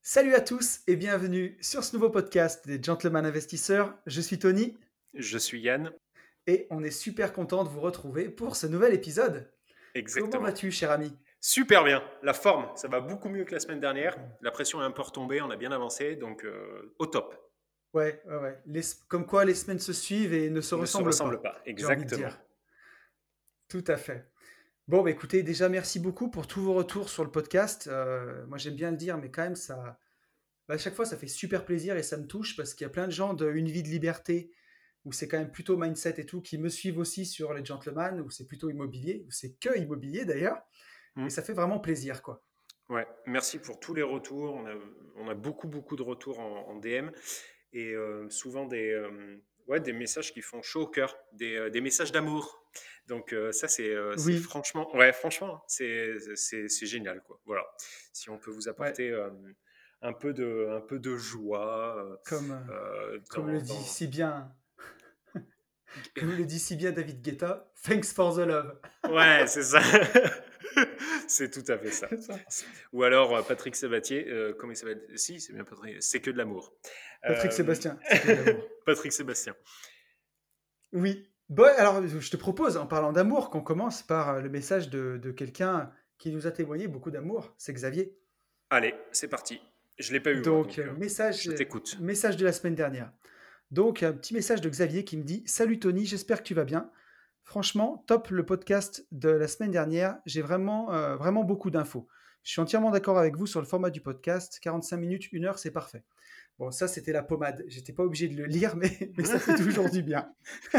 Salut à tous et bienvenue sur ce nouveau podcast des Gentlemen Investisseurs. Je suis Tony Je suis Yann, et on est super content de vous retrouver pour ce nouvel épisode. Comment exactement. vas-tu, cher ami? Super bien, la forme, ça va beaucoup mieux que la semaine dernière. La pression est un peu retombée, on a bien avancé, donc au top. Ouais, ouais, ouais. Comme quoi les semaines se suivent et ne se Ne se ressemblent ressemble pas, pas, j'ai envie de exactement. dire. Tout à fait. Bon, bah écoutez, déjà merci beaucoup pour tous vos retours sur le podcast. Moi j'aime bien le dire, mais quand même, à chaque fois ça fait super plaisir et ça me touche parce qu'il y a plein de gens de Une vie de liberté où c'est quand même plutôt mindset et tout, qui me suivent aussi sur les gentlemen, où c'est plutôt immobilier, où c'est que immobilier d'ailleurs, et Hmm. ça fait vraiment plaisir, quoi. Ouais, merci pour tous les retours. On a beaucoup, beaucoup de retours en DM et souvent ouais, des messages qui font chaud au cœur, des messages d'amour. Donc ça, c'est Oui, franchement, ouais, franchement, c'est génial, quoi. Voilà. Si on peut vous ouais, apporter un peu de joie comme, comme le dit dans... si bien, comme le dit si bien David Guetta, thanks for the love. Ouais, c'est ça. C'est tout à fait ça. C'est ça. Ou alors Patrick Sabatier, comment il s'appelle? Si, c'est bien Patrick, c'est que de l'amour. Patrick Euh, Sébastien, c'est que de l'amour. Patrick Sébastien. Oui. Bon, alors je te propose, en parlant d'amour, qu'on commence par le message de quelqu'un qui nous a témoigné beaucoup d'amour, c'est Xavier. Allez, c'est parti. Je l'ai pas eu moi, Donc, donc je t'écoute. message de la semaine dernière. Donc, un petit message de Xavier qui me dit: Salut Tony, j'espère que tu vas bien. Franchement, top le podcast de la semaine dernière. J'ai vraiment beaucoup d'infos. Je suis entièrement d'accord avec vous sur le format du podcast. 45 minutes, 1 heure, c'est parfait. Bon, ça, c'était la pommade. J'étais pas obligé de le lire, mais ça fait toujours du bien.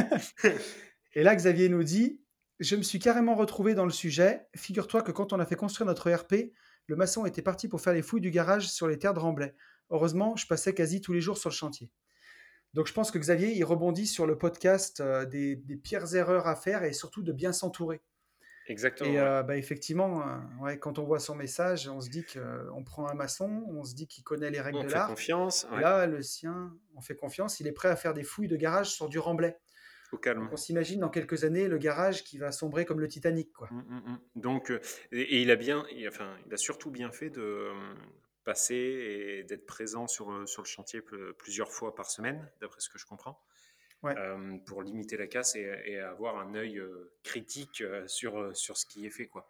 Et là, Xavier nous dit: Je me suis carrément retrouvé dans le sujet. Figure-toi que quand on a fait construire notre ERP, le maçon était parti pour faire les fouilles du garage sur les terres de Remblai. Heureusement, je passais quasi tous les jours sur le chantier. Donc je pense que Xavier, il rebondit sur le podcast des pires erreurs à faire et surtout de bien s'entourer. Et Exactement, ouais. bah, effectivement, ouais, quand on voit son message, on se dit qu'on prend un maçon, on se dit qu'il connaît les règles On de fait l'art. confiance, Et ouais, là, le sien, on fait confiance, il est prêt à faire des fouilles de garage sur du remblai. au Donc calme. on s'imagine dans quelques années le garage qui va sombrer comme le Titanic, quoi. Donc, et il a bien, enfin, il a surtout bien fait de passer et d'être présent sur le chantier plusieurs fois par semaine, d'après ce que je comprends. Ouais, Pour limiter la casse et avoir un œil critique sur ce qui est fait, quoi.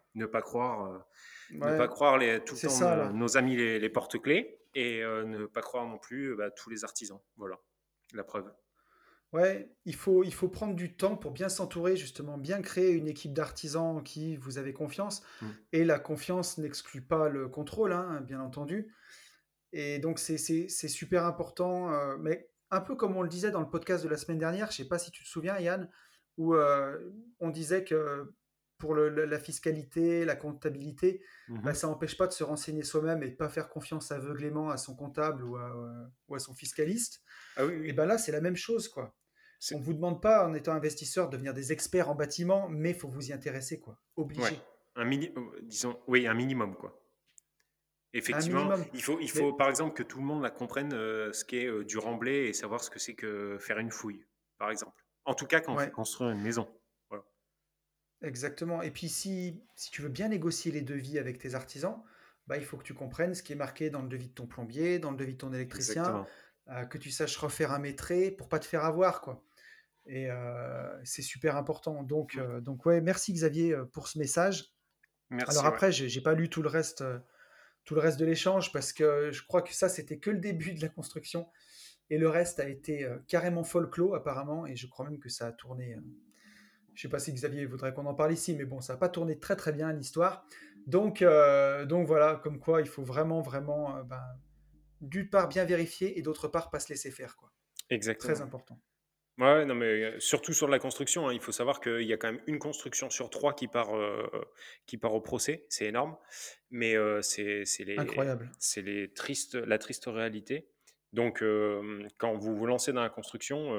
Ne pas ouais, croire tout le c'est temps ça là. nos amis les porte-clés et ne pas croire non plus tous les artisans. Voilà, la preuve. Ouais, il faut prendre du temps pour bien s'entourer, justement, bien créer une équipe d'artisans en qui vous avez confiance. Mm. Et la confiance n'exclut pas le contrôle, hein, bien entendu. Et donc, c'est super important. Mais un peu comme on le disait dans le podcast de la semaine dernière, je ne sais pas si tu te souviens, Yann, où on disait que pour la fiscalité, la comptabilité, bah, Mhm. ça n'empêche pas de se renseigner soi-même et de ne pas faire confiance aveuglément à son comptable ou à son fiscaliste. Ah oui, Et oui. ben là, c'est la même chose, quoi. On C'est- ne vous demande pas, en étant investisseur, de devenir des experts en bâtiment, mais il faut vous y intéresser, quoi. Ouais, Obligé. disons, oui, un minimum, quoi. Un Effectivement, minimum. il faut Mais par exemple que tout le monde la comprenne ce qu'est du remblai et savoir ce que c'est que faire une fouille, par exemple. En tout cas, quand on fait ouais, construire une maison. Voilà. exactement. Et puis si tu veux bien négocier les devis avec tes artisans, bah, il faut que tu comprennes ce qui est marqué dans le devis de ton plombier, dans le devis de ton électricien, Exactement. que tu saches refaire un métré pour pas te faire avoir, quoi. Et c'est super important. Donc, Mm. ouais, merci Xavier pour ce message. Alors Merci, ouais. après, j'ai pas lu tout le reste de l'échange parce que je crois que ça, c'était que le début de la construction. Et le reste a été carrément folklore apparemment. Et je crois même que ça a tourné. Je ne sais pas si Xavier voudrait qu'on en parle ici, mais bon, ça n'a pas tourné très très bien l'histoire. Donc voilà, comme quoi il faut vraiment, d'une part bien vérifier et d'autre part pas se laisser faire, quoi. Très Exactement. important. Ouais, non, mais surtout sur la construction, hein, il faut savoir qu'il y a quand même une construction sur trois qui part au procès. C'est énorme. Mais Incroyable. la triste réalité. Donc, quand vous vous lancez dans la construction,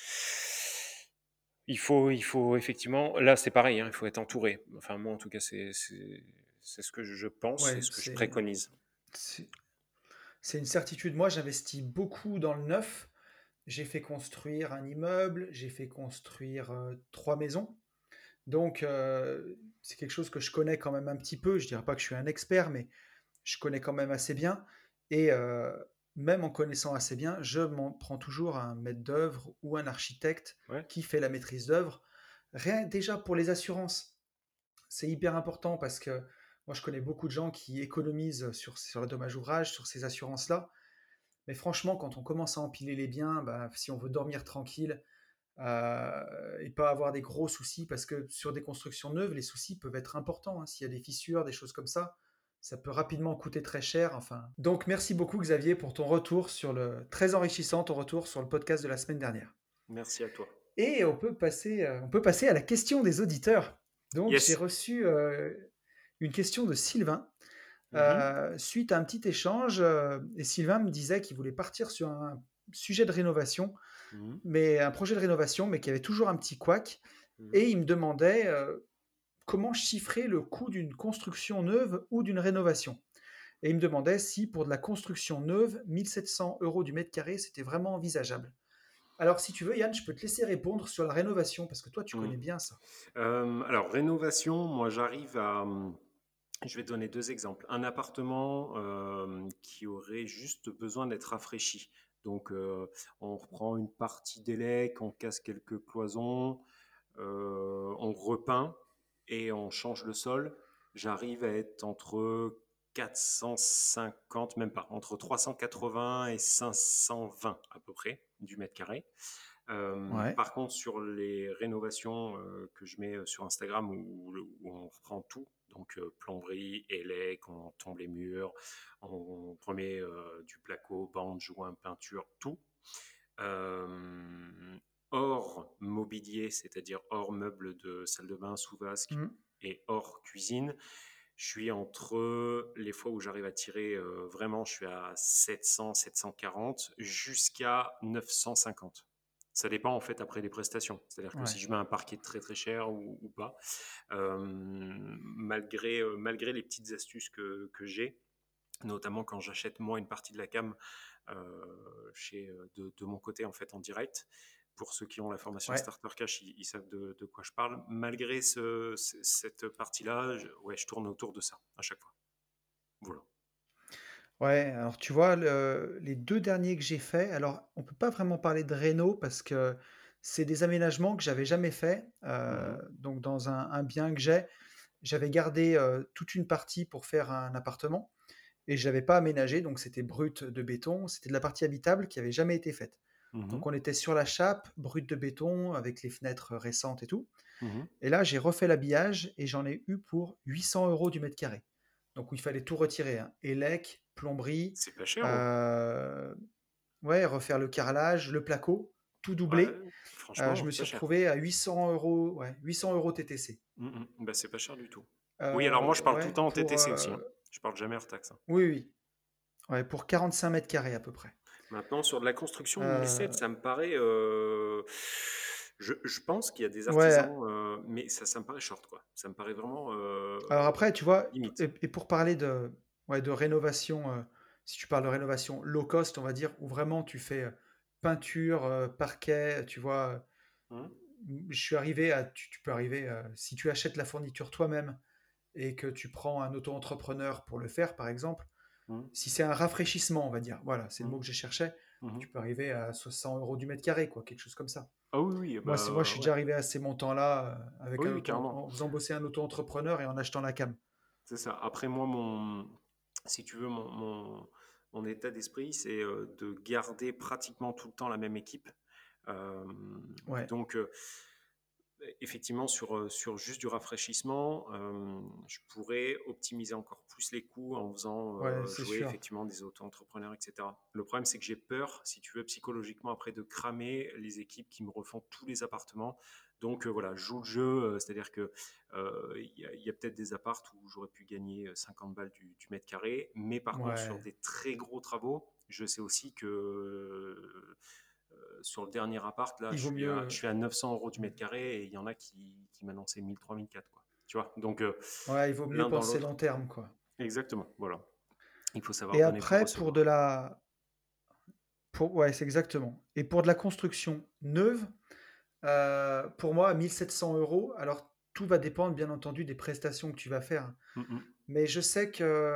il faut effectivement, là c'est pareil, hein, il faut être entouré. Enfin, moi en tout cas, c'est ce que je pense, c'est Ouais, ce que je préconise. c'est, c'est une certitude. Moi, j'investis beaucoup dans le neuf. J'ai fait construire un immeuble, j'ai fait construire 3 maisons. Donc, c'est quelque chose que je connais quand même un petit peu. Je dirais pas que je suis un expert, mais je connais quand même assez bien. Et même en connaissant assez bien, je m'en prends toujours à un maître d'œuvre ou un architecte Ouais. qui fait la maîtrise d'œuvre. Rien déjà pour les assurances, c'est hyper important parce que moi, je connais beaucoup de gens qui économisent sur les dommages ouvrages, sur ces assurances-là. Mais franchement, quand on commence à empiler les biens, bah, si on veut dormir tranquille et pas avoir des gros soucis, parce que sur des constructions neuves, les soucis peuvent être importants, hein. S'il y a des fissures, des choses comme ça peut rapidement coûter très cher. Enfin, donc merci beaucoup Xavier pour ton retour sur le très enrichissant ton retour sur le podcast de la semaine dernière. Merci à toi. Et on peut passer à la question des auditeurs. Donc j'ai Yes. reçu une question de Sylvain Mhm. suite à un petit échange. Et Sylvain me disait qu'il voulait partir sur un sujet de rénovation, Mhm. mais un projet de rénovation, mais qui avait toujours un petit couac. Mhm. Et il me demandait comment chiffrer le coût d'une construction neuve ou d'une rénovation. Et il me demandait si pour de la construction neuve, 1 700 € du mètre carré, c'était vraiment envisageable. Alors si tu veux, Yann, je peux te laisser répondre sur la rénovation, parce que toi, tu connais Mhm. bien ça. Alors, rénovation, moi j'arrive à... Je vais te donner deux exemples. Un appartement qui aurait juste besoin d'être rafraîchi. Donc, on reprend une partie des lecs, on casse quelques cloisons, on repeint et on change le sol. J'arrive à être entre 450, même pas, entre 380 et 520 à peu près du mètre carré. Ouais. Par contre, sur les rénovations que je mets sur Instagram où on reprend tout, donc plomberie, élec, on tombe les murs, on remet du placo, bande, joint, peinture, tout. Euh, Hors mobilier, c'est-à-dire hors meubles de salle de bain, sous-vasque Mm. et hors cuisine, je suis entre les fois où j'arrive à tirer vraiment, je suis à 700, 740 jusqu'à 950. Ça dépend en fait après les prestations. C'est-à-dire que Ouais. si je mets un parquet très très cher ou pas, malgré les petites astuces que j'ai, notamment quand j'achète moi une partie de la cam de mon côté en fait en direct. Pour ceux qui ont la formation Ouais. Starter Cash, ils savent de quoi je parle. Malgré cette partie-là, ouais, je tourne autour de ça à chaque fois. Voilà. Ouais, alors tu vois, les 2 derniers que j'ai faits, alors on peut pas vraiment parler de réno parce que c'est des aménagements que j'avais jamais faits. Mhm. Donc dans un bien que j'avais gardé, toute une partie pour faire un appartement et je l'avais pas aménagé, donc c'était brut de béton. C'était de la partie habitable qui avait jamais été faite. Mhm. Donc on était sur la chape, brut de béton avec les fenêtres récentes et tout. Mhm. Et là, j'ai refait l'habillage et j'en ai eu pour 800 € du mètre carré. Donc, où il fallait tout retirer, hein. Élec, plomberie, C'est pas cher, oh. euh, ouais, refaire le carrelage, le placo, tout Ouais, doublé. Je franchement, me pas suis cher. retrouvé à 800 euros, ouais, 800 € TTC. Mhm. Bah, c'est pas cher du tout. Oui, alors moi, je parle tout le Ouais, temps en TTC aussi, hein. Je parle jamais hors taxe, hein. oui, oui, ouais, pour 45 mètres carrés à peu près. Maintenant, sur de la construction 1007, Euh, ça me paraît. Je pense qu'il y a des ouais, artisans, mais ça me paraît short, quoi. Ça me paraît vraiment alors après, tu vois, limite. et pour parler ouais, de rénovation, si tu parles de rénovation low cost, on va dire, où vraiment tu fais peinture, parquet, tu vois, Hein. je suis arrivé à, tu peux arriver, si tu achètes la fourniture toi-même et que tu prends un auto-entrepreneur pour le faire, par exemple, Hein. si c'est un rafraîchissement, on va dire, voilà, c'est le Hein. mot que je cherchais, Mhm. tu peux arriver à 60 € du mètre carré, quoi, quelque chose comme ça. Ah oui, oui, Moi, je bah suis ouais. déjà arrivé à ces montants-là avec Oui, oui, carrément. en faisant bosser un auto-entrepreneur et en achetant la cam. C'est ça. Après, moi, si tu veux, mon état d'esprit, c'est de garder pratiquement tout le temps la même équipe. Euh, Ouais, donc, effectivement, sur juste du rafraîchissement, je pourrais optimiser encore plus les coûts en faisant ouais, c'est jouer sûr. effectivement des auto-entrepreneurs, etc. Le problème, c'est que j'ai peur, si tu veux, psychologiquement, après de cramer les équipes qui me refont tous les appartements. Donc voilà, je joue le jeu, c'est-à-dire que il y a peut-être des apparts où j'aurais pu gagner 50 balles du mètre carré, mais par contre, sur Ouais. des très gros travaux, je sais aussi que sur le dernier appart, là, Il vaut je mieux. suis à 900 € du mètre carré et il y en a qui m'annonçaient 1000, 3000, 4, quoi. Tu vois? Donc, Ouais, il vaut mieux l'un dans penser l'autre. long terme, quoi. Exactement, voilà. Il faut savoir Et donner pour après, pour de recevoir. la. Ouais, c'est exactement. Et pour de la construction neuve, pour moi, 1 700 €, alors tout va dépendre, bien entendu, des prestations que tu vas faire. Mm, mm. Mais je sais que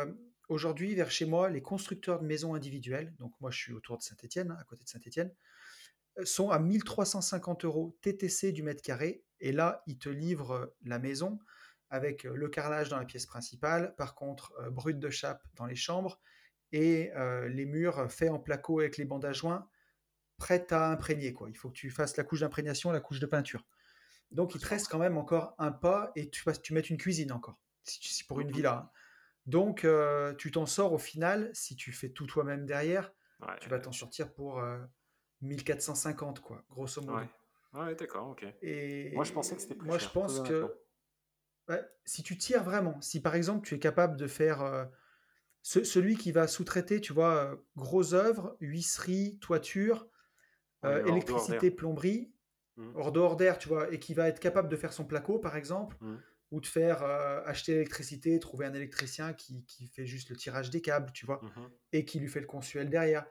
aujourd'hui, vers chez moi, les constructeurs de maisons individuelles, donc moi je suis autour de Saint-Étienne, à côté de Saint-Étienne, sont à 1 350 € TTC du mètre carré. Et là, ils te livrent la maison avec le carrelage dans la pièce principale, par contre, brut de chape dans les chambres et les murs faits en placo avec les bandes à joints, prêtes à imprégner, quoi. Il faut que tu fasses la couche d'imprégnation, la couche de peinture. Donc, il te reste quand même encore un pas et tu mets une cuisine encore, si pour une Mhm. villa, hein. Donc, tu t'en sors au final, si tu fais tout toi-même derrière, Ouais, tu vas t'en sortir pour 1 450, quoi, grosso ouais. modo. Ouais, d'accord, ok. Moi, je pensais que c'était Et plus moi, je cher, très pense honnêtement. que ouais, si tu tires vraiment, si par exemple tu es capable de faire celui qui va sous-traiter, tu vois, gros œuvres, huisserie, toiture, Oui, hors d'eau, hors d'air. électricité, plomberie, Mhm. hors dehors d'air, tu vois, et qui va être capable de faire son placo, par exemple, Mhm. ou de faire acheter l'électricité, trouver un électricien qui fait juste le tirage des câbles, tu vois, Mhm. et qui lui fait le consuel derrière.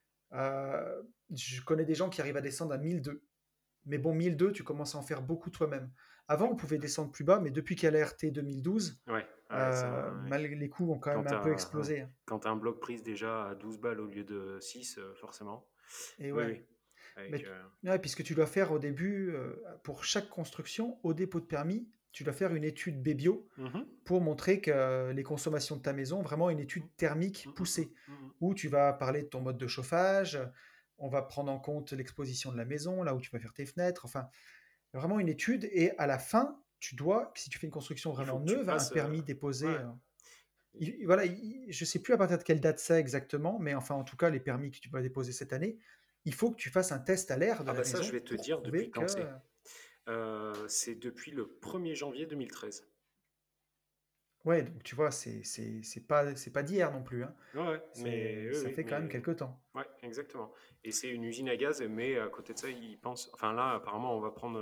Je connais des gens qui arrivent à descendre à 1002. Mais bon, 1002, tu commences à en faire beaucoup toi-même. Avant, on pouvait descendre plus bas, mais depuis qu'il y a la RT 2012, Ouais, ouais, ça va. Ouais. malgré les coûts ont quand Quand même tu un peu as, explosé, hein. un bloc prise déjà à 12 balles au lieu de 6, forcément. Et Oui, ouais. oui. Mais Avec, ouais, puisque tu dois faire au début, pour chaque construction, au dépôt de permis, tu dois faire une étude BBIO mhm. pour montrer que les consommations de ta maison, vraiment une étude thermique Mhm, mhm, poussée, mhm, où tu vas parler de ton mode de chauffage, on va prendre en compte l'exposition de la maison, là où tu vas faire tes fenêtres, enfin, vraiment une étude. Et à la fin, tu dois, si tu fais une construction Il faut vraiment que tu neuve, un passes. permis déposé. Ouais. Voilà, je ne sais plus à partir de quelle date c'est exactement, mais enfin, en tout cas, les permis que tu vas déposer cette année, il faut que tu fasses un test à l'air de Ah la bah ça, je maison vais te pour dire depuis prouver quand que. c'est. C'est depuis le 1er janvier 2013. Ouais, donc tu vois, c'est pas d'hier non plus, hein. Ouais, ouais, mais oui, Ça oui, fait quand même mais quelques temps. ouais, exactement. Et c'est une usine à gaz, mais à côté de ça, ils pensent. Enfin là, apparemment, on va prendre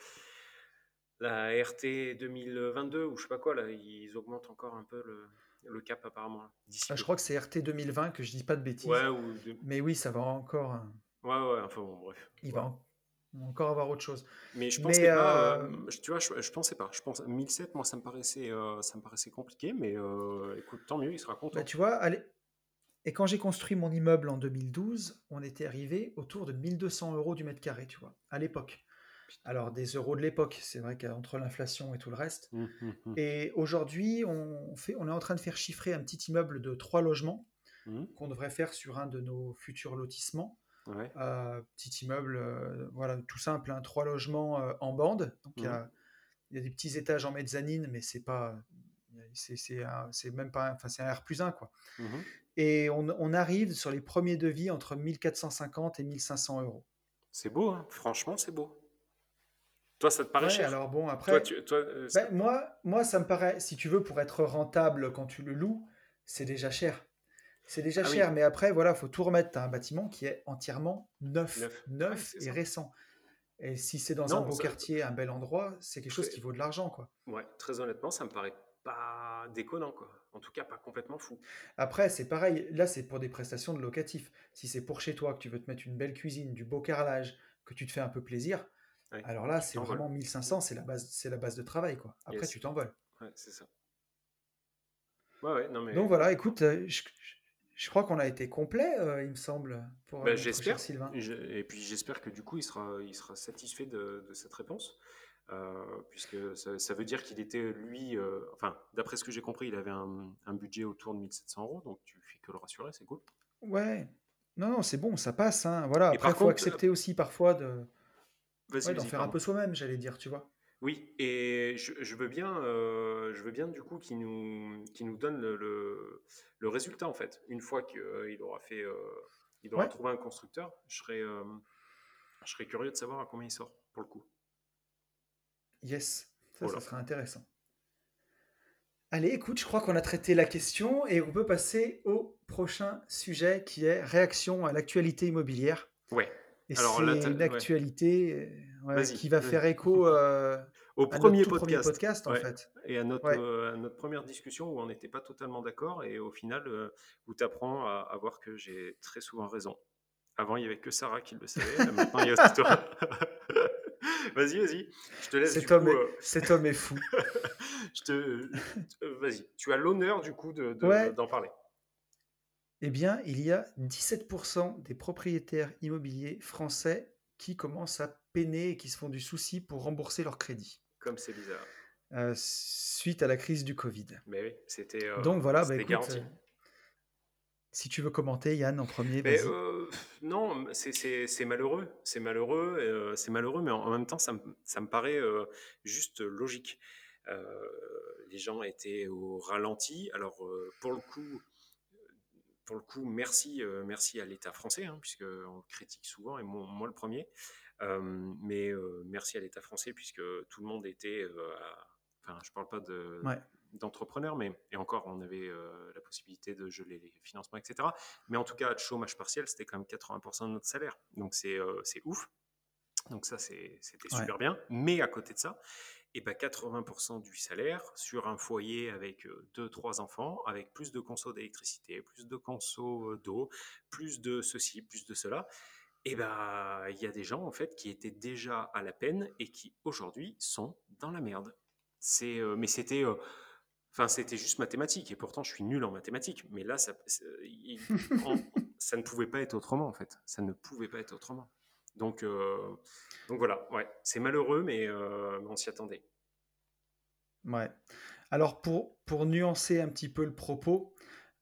la RT 2022 ou je sais pas quoi là. Ils augmentent encore un peu le cap apparemment là, d'ici Je peu. crois que c'est RT 2020, que je dis pas de Ouais bêtises, ou mais oui, ça va encore, ouais, ouais. Enfin bon, bref, il va voilà. encore avoir autre chose. Mais je Mais pensais pas, tu vois, je pensais pas. Je pense 1007, moi ça me paraissait compliqué, mais écoute, tant mieux, il sera bah, content. tu vois, allez, et quand j'ai construit mon immeuble en 2012, on était arrivé autour de 1 200 € du mètre carré, tu vois, à l'époque. Putain. Alors, des euros de l'époque, c'est vrai qu'entre l'inflation et tout le reste. Hum, hum, hum, Et aujourd'hui, on est en train de faire chiffrer un petit immeuble de 3 logements hum. qu'on devrait faire sur un de nos futurs lotissements. Ouais. Petit immeuble, voilà, tout simple, hein, 3 logements en bande. Donc Hum, il y a des petits étages en mezzanine, mais c'est pas, c'est même pas, enfin c'est un R+1 quoi. mhm. Et on arrive sur les premiers devis entre 1 450 et 1 500 €. C'est beau, hein. Franchement, c'est beau. Toi, ça te paraît Ouais, cher? alors bon, Toi, après, ça ben, moi, ça me paraît, si tu veux, pour être rentable quand tu le loues, c'est déjà cher. C'est déjà Ah oui, cher, mais après, voilà, faut tout remettre. Tu as un bâtiment qui est entièrement neuf, neuf. Ouais, neuf c'est et ça. récent. Et si c'est dans un Non, beau quartier, un bel endroit, c'est quelque chose très, qui vaut de l'argent, quoi. ouais, très honnêtement, ça me paraît pas déconnant, quoi. En tout cas, pas complètement fou. Après, c'est pareil. Là, c'est pour des prestations de locatif. Si c'est pour chez toi, que tu veux te mettre une belle cuisine, du beau carrelage, que tu te fais un peu plaisir, Ouais, alors là, tu c'est t'envoles. vraiment Mm. 1500, c'est la base de travail, quoi. Après, Yes. tu t'envoles. Ouais, c'est ça. Ouais, ouais, non, mais Donc voilà, écoute, je crois qu'on a été complet, il me semble, pour ben, notre cher j'espère. Sylvain. Et puis j'espère que du coup, il sera satisfait de cette réponse. Puisque ça veut dire qu'il était, lui, enfin, d'après ce que j'ai compris, il avait un budget autour de 1 700 euros, donc tu fais que le rassurer, c'est cool. Ouais. Non, non, c'est bon, ça passe, hein. Voilà, Et après, il par faut contre, accepter aussi parfois vas-y, ouais, d'en vas-y, faire un pardon. peu soi-même, j'allais dire, tu vois. Oui, et je veux bien du coup qu'il nous donne le résultat en fait. Une fois qu'il aura fait, il aura Ouais, trouvé un constructeur, je serais curieux de savoir à combien il sort pour le coup. yes, ça Voilà. serait intéressant. Allez, écoute, je crois qu'on a traité la question et on peut passer au prochain sujet qui est réaction à l'actualité immobilière. Ouais. Et Alors là, c'est une ouais. actualité ouais, Vas-y. qui va faire écho Au à notre premier tout premier podcast. podcast, en Ouais. fait. Et Ouais, à notre première discussion où on n'était pas totalement d'accord et au final, où tu apprends à voir que j'ai très souvent raison. Avant, il n'y avait que Sarah qui le savait. Maintenant, il y a aussi toi. Vas-y, vas-y. Je te laisse du cet homme coup. est, cet homme est fou. Vas-y. Tu as l'honneur du coup Ouais, d'en parler. Eh bien, il y a 17% des propriétaires immobiliers français qui commencent à peiner et qui se font du souci pour rembourser leur crédit, Comme c'est bizarre. suite à la crise du Covid. Mais oui, Donc voilà, bah, c'était écoute, garanti. si tu veux commenter, Yann, en premier, Mais vas-y. non, c'est malheureux. C'est malheureux, mais en même temps, ça me paraît juste logique. Les gens étaient au ralenti. Alors, pour le coup, merci à l'État français, hein, puisque on le critique souvent, et moi le premier. Mais merci à l'État français, puisque tout le monde était, enfin, je parle pas Ouais, d'entrepreneurs, mais et encore, on avait la possibilité de geler les financements, etc. Mais en tout cas, le chômage partiel, c'était quand même 80% de notre salaire. Donc c'est ouf. Donc ça, c'était ouais, super bien. Mais à côté de ça, et ben 80% du salaire sur un foyer avec 2, 3 enfants, avec plus de conso d'électricité, plus de conso d'eau, plus de ceci, plus de cela, et ben il y a des gens en fait qui étaient déjà à la peine et qui aujourd'hui sont dans la merde. Mais enfin c'était juste mathématique, et pourtant je suis nul en mathématiques. Mais là ça ne pouvait pas être autrement en fait. Ça ne pouvait pas être autrement. Donc euh, donc voilà, ouais, c'est malheureux, mais on s'y attendait. ouais. Alors pour nuancer un petit peu le propos,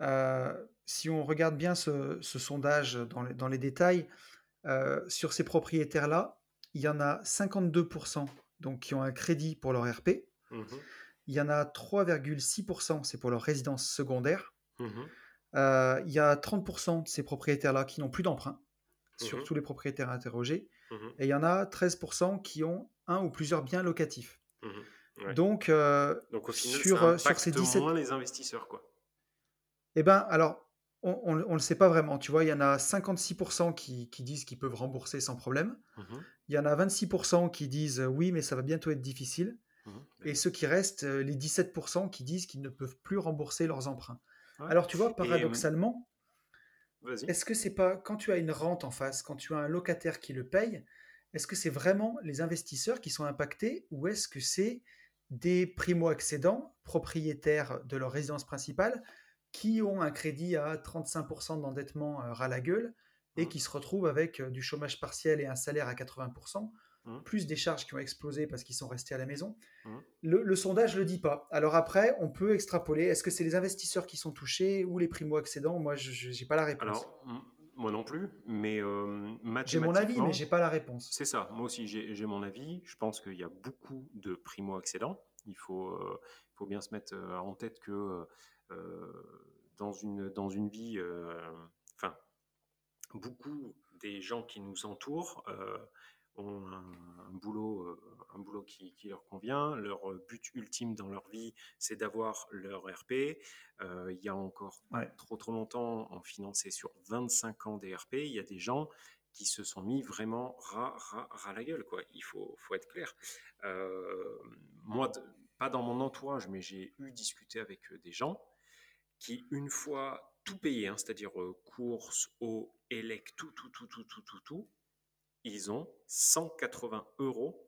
si on regarde bien ce sondage dans les détails, sur ces propriétaires-là, il y en a 52% donc, qui ont un crédit pour leur RP. Mhm, Il y en a 3,6%, c'est pour leur résidence secondaire. mhm, Il y a 30% de ces propriétaires-là qui n'ont plus d'emprunt, sur mhm, tous les propriétaires interrogés. mhm, Et il y en a 13% qui ont un ou plusieurs biens locatifs. mhm. Ouais. Donc, Donc au final, ça sur ces impacte moins 17... les investisseurs, quoi. Eh ben, alors, on ne le sait pas vraiment. Tu vois, il y en a 56% qui disent qu'ils peuvent rembourser sans problème. Mhm, Il y en a 26% qui disent oui, mais ça va bientôt être difficile. mhm, bah Et oui. ceux qui restent, les 17% qui disent qu'ils ne peuvent plus rembourser leurs emprunts. Ouais. Alors, tu vois, Et paradoxalement, vas-y. est-ce que c'est pas quand tu as une rente en face, quand tu as un locataire qui le paye, est-ce que c'est vraiment les investisseurs qui sont impactés ou est-ce que c'est des primo-accédants, propriétaires de leur résidence principale, qui ont un crédit à 35% d'endettement ras la gueule et Mhm, qui se retrouvent avec du chômage partiel et un salaire à 80%, mhm, plus des charges qui ont explosé parce qu'ils sont restés à la maison? mhm. Le sondage ne le dit pas. Alors après, on peut extrapoler. Est-ce que c'est les investisseurs qui sont touchés ou les primo-accédants? Moi, je n'ai pas la réponse. Alors, moi non plus, mais J'ai mon avis, mais mathématiquement, j'ai pas la réponse. c'est ça. Moi aussi, j'ai mon avis. Je pense qu'il y a beaucoup de primo-accédants. Il faut bien se mettre en tête que dans une vie, enfin, beaucoup des gens qui nous entourent ont un boulot qui leur convient. Leur but ultime dans leur vie, c'est d'avoir leur RP. Il y a encore pas Ouais. trop longtemps, on finançait sur 25 ans des RP. Il y a des gens qui se sont mis vraiment ras la gueule, quoi. Faut être clair. Euh, moi, pas dans mon entourage, mais j'ai eu discuté avec des gens qui, une fois tout payé, hein, c'est-à-dire courses, eau, élec, tout, ils ont 180 euros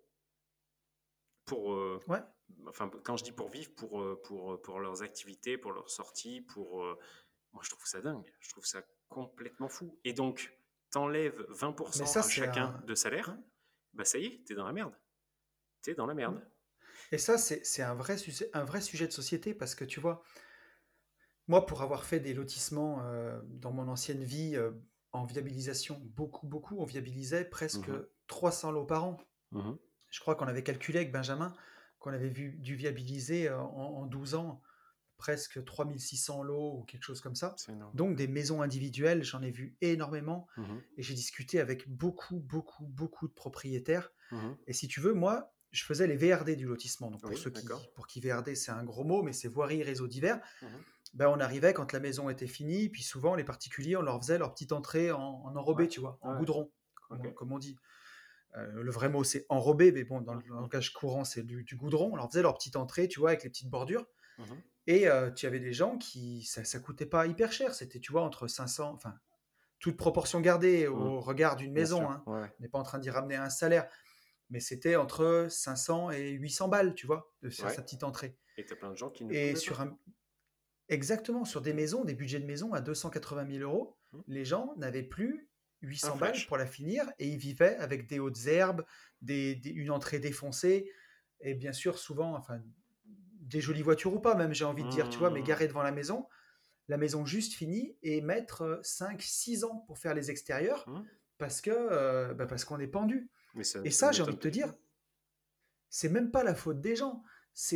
pour, Ouais. enfin, quand je dis pour vivre, pour leurs activités, pour leurs sorties, moi je trouve ça dingue, je trouve ça complètement fou. Et donc, t'enlèves Mais 20% ça, à c'est chacun un. de Ouais. salaire, bah ça y est, t'es dans la merde. T'es dans la Mm. merde. Et ça, c'est un vrai sujet de société parce que tu vois, moi, pour avoir fait des lotissements dans mon ancienne vie en viabilisation, beaucoup, on viabilisait presque Mhm, 300 lots par an. mhm. Je crois qu'on avait calculé avec Benjamin qu'on avait dû viabiliser en 12 ans presque 3600 lots ou quelque chose comme ça. C'est énorme. Donc des maisons individuelles, j'en ai vu énormément Mhm, et j'ai discuté avec beaucoup de propriétaires. mhm. Et si tu veux, moi, je faisais les VRD du lotissement. Donc Oui, d'accord. pour qui VRD c'est un gros mot, mais c'est voirie réseau divers. Mhm. Ben, on arrivait quand la maison était finie, puis souvent les particuliers, on leur faisait leur petite entrée en Ouais, enrobé, tu vois, en ouais, goudron, ok. comme on dit. Le vrai mot c'est enrobé, mais bon, dans le Mhm, langage courant c'est du goudron. On leur faisait leur petite entrée, tu vois, avec les petites bordures. mhm. Et tu avais des gens qui, ça coûtait pas hyper cher. C'était, tu vois, entre 500, enfin, toute proportion gardée Mhm. au regard d'une Bien maison. sûr, Hein. ouais, ouais. On n'est pas en train d'y ramener un salaire, mais c'était entre 500 et 800 balles, tu vois, de faire Ouais. sa petite entrée. Et t'as plein de gens qui ne Et pouvaient pas. sur un, exactement, sur des maisons, des budgets de maison à 280 000 euros, Mmh. les gens n'avaient plus Un 800 balles flash. pour la finir et ils vivaient avec des hautes herbes, une entrée défoncée et bien sûr, souvent, enfin, des jolies voitures ou pas, même, j'ai envie de dire, tu vois, mais Mmh. garées devant la maison juste finie et mettre 5, 6 ans pour faire les extérieurs Mmh. parce qu'on est pendu. Mais Et ça ne ça, j'ai envie m'étonne de pas te du dire, tout. c'est même pas la faute des gens.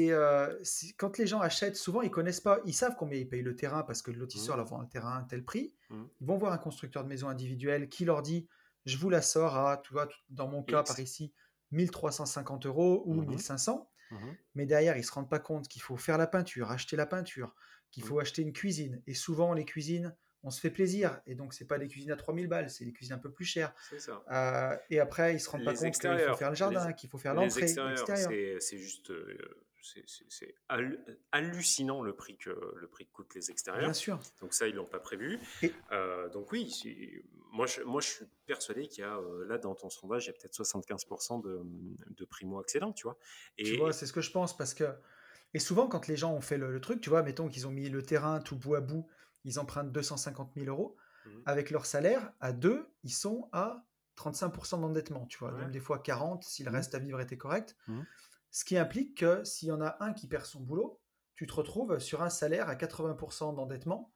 Quand les gens achètent, souvent ils connaissent pas, ils savent combien ils payent le terrain parce que le Mmh. lotisseur leur vend un terrain à un tel prix. Mmh. Ils vont voir un constructeur de maison individuelle qui leur dit je vous la sors à, tu vois, dans mon cas par X. ici, 1 350 € ou Mmh. 1 500. Mmh. Mais derrière, ils ne se rendent pas compte qu'il faut faire la peinture, acheter la peinture, qu'il Mmh. faut acheter une cuisine. Et souvent, les cuisines, on se fait plaisir. Et donc, c'est pas des cuisines à 3 000 balles, c'est des cuisines un peu plus chères. C'est ça. Et après, ils ne se rendent pas Les compte qu'il faut extérieurs, faire le jardin, qu'il faut faire les l'entrée, extérieurs, l'extérieur. c'est juste, c'est hallucinant le prix que coûtent les extérieurs. Bien sûr. Donc ça, ils l'ont pas prévu. Et Donc oui, moi je suis persuadé qu'il y a, là dans ton sondage, il y a peut-être 75% de primo-accédants, tu vois. tu vois, Et c'est ce que je pense parce que. Et souvent, quand les gens ont fait le truc, tu vois, mettons qu'ils ont mis le terrain tout bout à bout, ils empruntent 250 000 euros. Mhm. Avec leur salaire, à deux, ils sont à 35% d'endettement, tu vois, Ouais. même des fois 40 si le Mhm. reste à vivre était correct. Mhm. Ce qui implique que s'il y en a un qui perd son boulot, tu te retrouves sur un salaire à 80% d'endettement,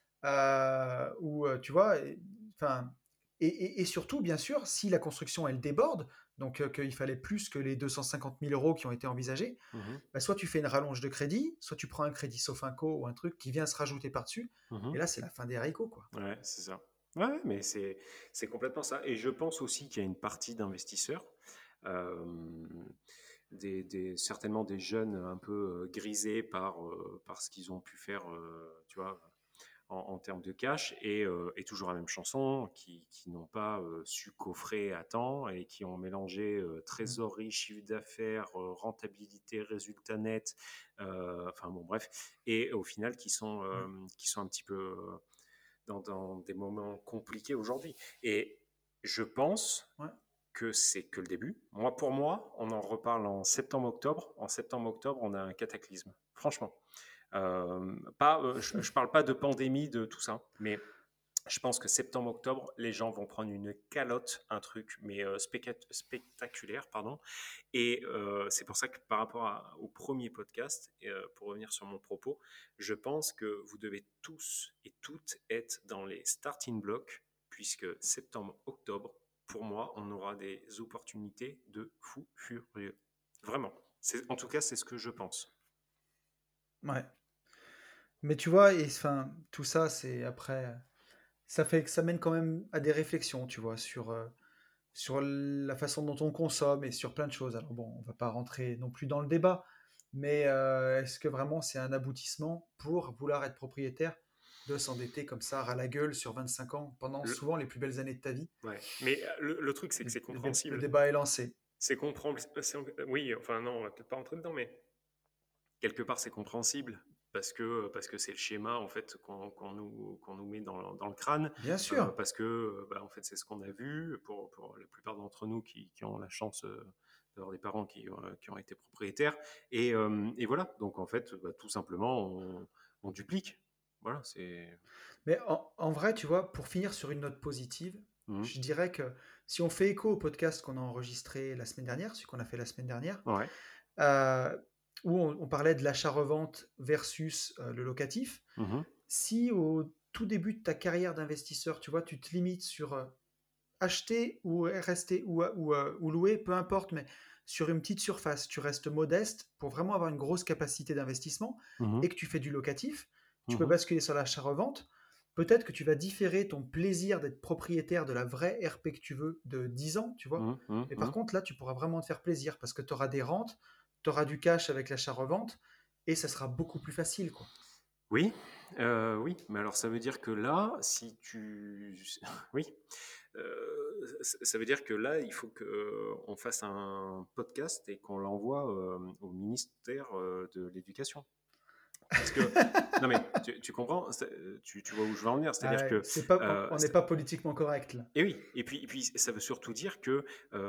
ou tu vois, enfin, et surtout, bien sûr, si la construction elle déborde, donc qu'il fallait plus que les 250 000 euros qui ont été envisagés, Mhm. bah, soit tu fais une rallonge de crédit, soit tu prends un crédit Sofinco ou un truc qui vient se rajouter par-dessus, Mhm. et là c'est la fin des haricots, quoi. Ouais, c'est ça. Ouais, mais c'est complètement ça. Et je pense aussi qu'il y a une partie d'investisseurs, euh, certainement des jeunes un peu grisés par ce qu'ils ont pu faire, tu vois, en termes de cash, et toujours la même chanson, qui n'ont pas su coffrer à temps et qui ont mélangé Mm. trésorerie, chiffre d'affaires, rentabilité, résultat net, enfin bon, bref, et au final Ouais. qui sont un petit peu dans des moments compliqués aujourd'hui. Et je pense Ouais. que c'est que le début. Moi, pour moi, on en reparle en septembre-octobre. En septembre-octobre, on a un cataclysme. Franchement. Je ne parle pas de pandémie, de tout ça, mais je pense que septembre-octobre, les gens vont prendre une calotte, un truc, mais spectaculaire, pardon. Et c'est pour ça que par rapport au premier podcast, pour revenir sur mon propos, je pense que vous devez tous et toutes être dans les starting blocks, puisque septembre-octobre, pour moi, on aura des opportunités de fou furieux. Vraiment. En tout cas, c'est ce que je pense. Ouais. Mais tu vois, et enfin, tout ça, c'est après, ça fait que ça mène quand même à des réflexions, tu vois, sur la façon dont on consomme et sur plein de choses. Alors bon, on va pas rentrer non plus dans le débat, mais est-ce que vraiment c'est un aboutissement pour vouloir être propriétaire de s'endetter comme ça, ras la gueule, sur 25 ans, pendant Le, souvent les plus belles années de ta vie? ouais. Mais le truc, c'est que c'est Le compréhensible. débat est lancé. C'est compréhensible. Oui, enfin non, on va peut-être pas rentrer dedans, mais quelque part c'est compréhensible parce que c'est le schéma en fait qu'on nous met dans le crâne, Bien sûr. parce que bah, en fait c'est ce qu'on a vu pour la plupart d'entre nous qui ont la chance d'avoir des parents qui ont été propriétaires, et voilà, donc en fait bah, tout simplement on duplique, voilà, c'est. Mais en vrai, tu vois, pour finir sur une note positive, Mhm. je dirais que si on fait écho au podcast qu'on a enregistré la semaine dernière, celui qu'on a fait la semaine dernière, Ouais. euh, où on parlait de l'achat-revente versus le locatif, Mhm. si au tout début de ta carrière d'investisseur, tu vois, tu te limites sur acheter ou rester ou louer, peu importe, mais sur une petite surface, tu restes modeste pour vraiment avoir une grosse capacité d'investissement Mhm. et que tu fais du locatif, tu peux Mhm. basculer sur l'achat-revente. Peut-être que tu vas différer ton plaisir d'être propriétaire de la vraie RP que tu veux de 10 ans, tu vois. Mhm. Mhm. Mais par Mhm. contre, là, tu pourras vraiment te faire plaisir parce que tu auras des rentes, tu auras du cash avec l'achat-revente et ça sera beaucoup plus facile, quoi. Oui, oui, mais alors ça veut dire que là, si tu... Oui, ça veut dire que là, il faut qu'on fasse un podcast et qu'on l'envoie au ministère de l'Éducation. Parce que, non mais, tu comprends, tu vois où je veux en venir, c'est-à-dire Ouais, que... c'est pas, euh, on n'est pas politiquement correct là. et oui, et puis ça veut surtout dire que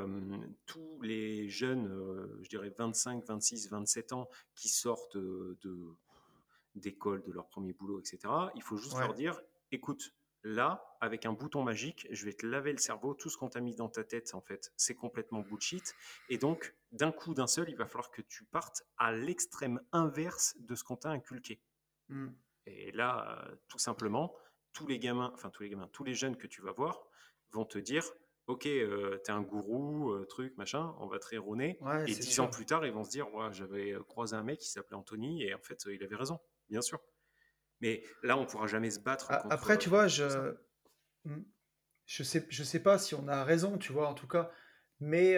tous les jeunes, je dirais 25, 26, 27 ans, qui sortent d'école, de leur premier boulot, etc. Il faut juste leur Ouais. dire, écoute, là, avec un bouton magique, je vais te laver le cerveau. Tout ce qu'on t'a mis dans ta tête, en fait, c'est complètement bullshit. Et donc, d'un coup, d'un seul, il va falloir que tu partes à l'extrême inverse de ce qu'on t'a inculqué. Mm. Et là, tout simplement, tous les jeunes que tu vas voir vont te dire, ok, t'es un gourou, truc, machin, on va te rironner. Ouais, Et c'est 10 ans sûr. plus tard, ils vont se dire, ouais, j'avais croisé un mec qui s'appelait Anthony et en fait, il avait raison, bien sûr. Mais là, on pourra jamais se battre Après, tu vois, contre ça. mm, je sais pas si on a raison, tu vois, en tout cas, mais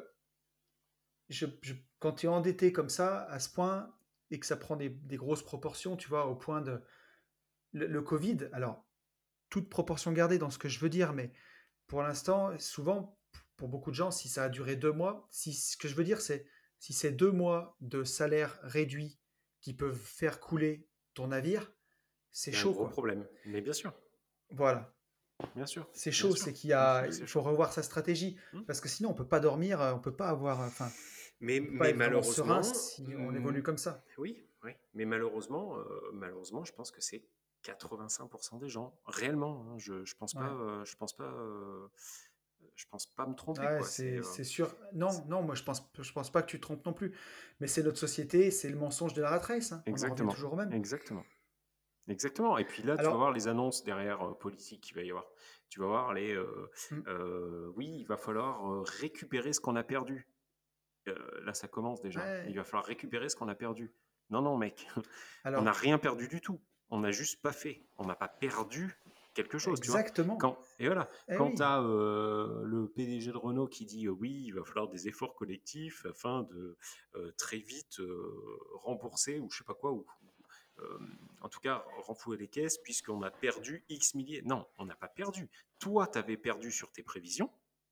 quand tu es endetté comme ça, à ce point, et que ça prend des grosses proportions, tu vois, au point de. Le Covid, alors, toute proportion gardée dans ce que je veux dire, mais pour l'instant, souvent, pour beaucoup de gens, si ça a duré 2 mois, si ce que je veux dire, c'est si c'est 2 mois de salaire réduit qui peuvent faire couler ton navire, c'est Il y a un chaud, gros quoi. problème. Mais bien sûr, Voilà. bien sûr, C'est bien chaud, sûr, c'est bien sûr que il c'est faut chaud. revoir sa stratégie. Hmm. Parce que sinon, on peut pas dormir, on peut pas avoir, enfin, on peut pas Mais être vraiment serein malheureusement, si on évolue comme ça. oui, oui, mais malheureusement, je pense que c'est 85% des gens, réellement. Hein, Ouais. je pense pas me tromper, Ouais, quoi. c'est sûr. Non, non, moi je pense pas que tu te trompes non plus. Mais c'est notre société, c'est le mensonge de la rat race, hein. On en revient Exactement, toujours au même. exactement, exactement. Et puis là, tu vas voir Alors, les annonces derrière politiques qu'il va y avoir. Tu vas voir hmm, oui, il va falloir récupérer ce qu'on a perdu. Là, ça commence déjà. Il ouais. va falloir récupérer ce qu'on a perdu. Non, non, mec, on n'a Alors, rien perdu du tout. On n'a juste pas fait. On n'a pas perdu quelque chose, tu vois. exactement. Et voilà, Eh quand tu oui. as le PDG de Renault qui dit oui, il va falloir des efforts collectifs afin de très vite rembourser ou je sais pas quoi, ou euh, en tout cas renflouer les caisses puisqu'on a perdu X milliers. Non, on n'a pas perdu. Toi, tu avais perdu sur tes prévisions.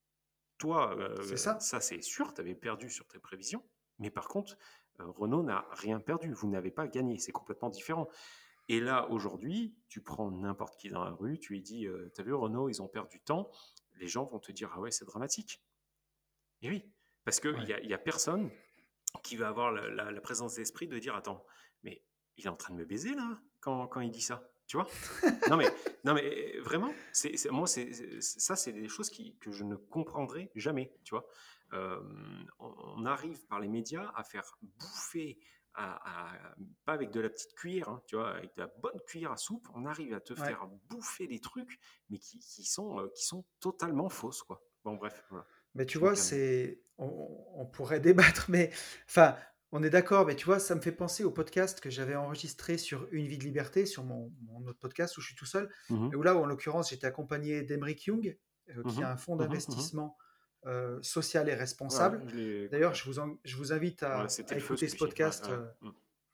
Toi, C'est ça. ça c'est sûr, tu avais perdu sur tes prévisions, mais par contre, Renault n'a rien perdu, vous n'avez pas gagné, c'est complètement différent. Et là, aujourd'hui, tu prends n'importe qui dans la rue, tu lui dis, t'as vu Renault, ils ont perdu du temps, les gens vont te dire, ah ouais, c'est dramatique. Et oui, parce qu'il Ouais. y a personne qui va avoir la présence d'esprit de dire, attends, mais il est en train de me baiser là, quand il dit ça, tu vois. Non mais, non mais vraiment, moi, ça, c'est des choses que je ne comprendrai jamais, tu vois. Euh, on arrive par les médias à faire bouffer, pas avec de la petite cuillère, hein, tu vois, avec de la bonne cuillère à soupe, on arrive à te Ouais. faire bouffer des trucs, mais qui sont totalement fausses, quoi. Bon, bref, voilà, Mais tu je me vois, calme. on pourrait débattre, mais enfin, on est d'accord, mais tu vois, ça me fait penser au podcast que j'avais enregistré sur Une vie de liberté, sur mon autre podcast où je suis tout seul, et Mhm, où là, en l'occurrence, j'étais accompagné d'Emeric Young, qui a mhm, un fonds mhm, mhm. d'investissement social et Ouais, responsable. je l'ai D'ailleurs, écouté. je vous invite Ouais, c'était à le feu écouter ce celui-ci. Ouais, podcast. ouais. Mm.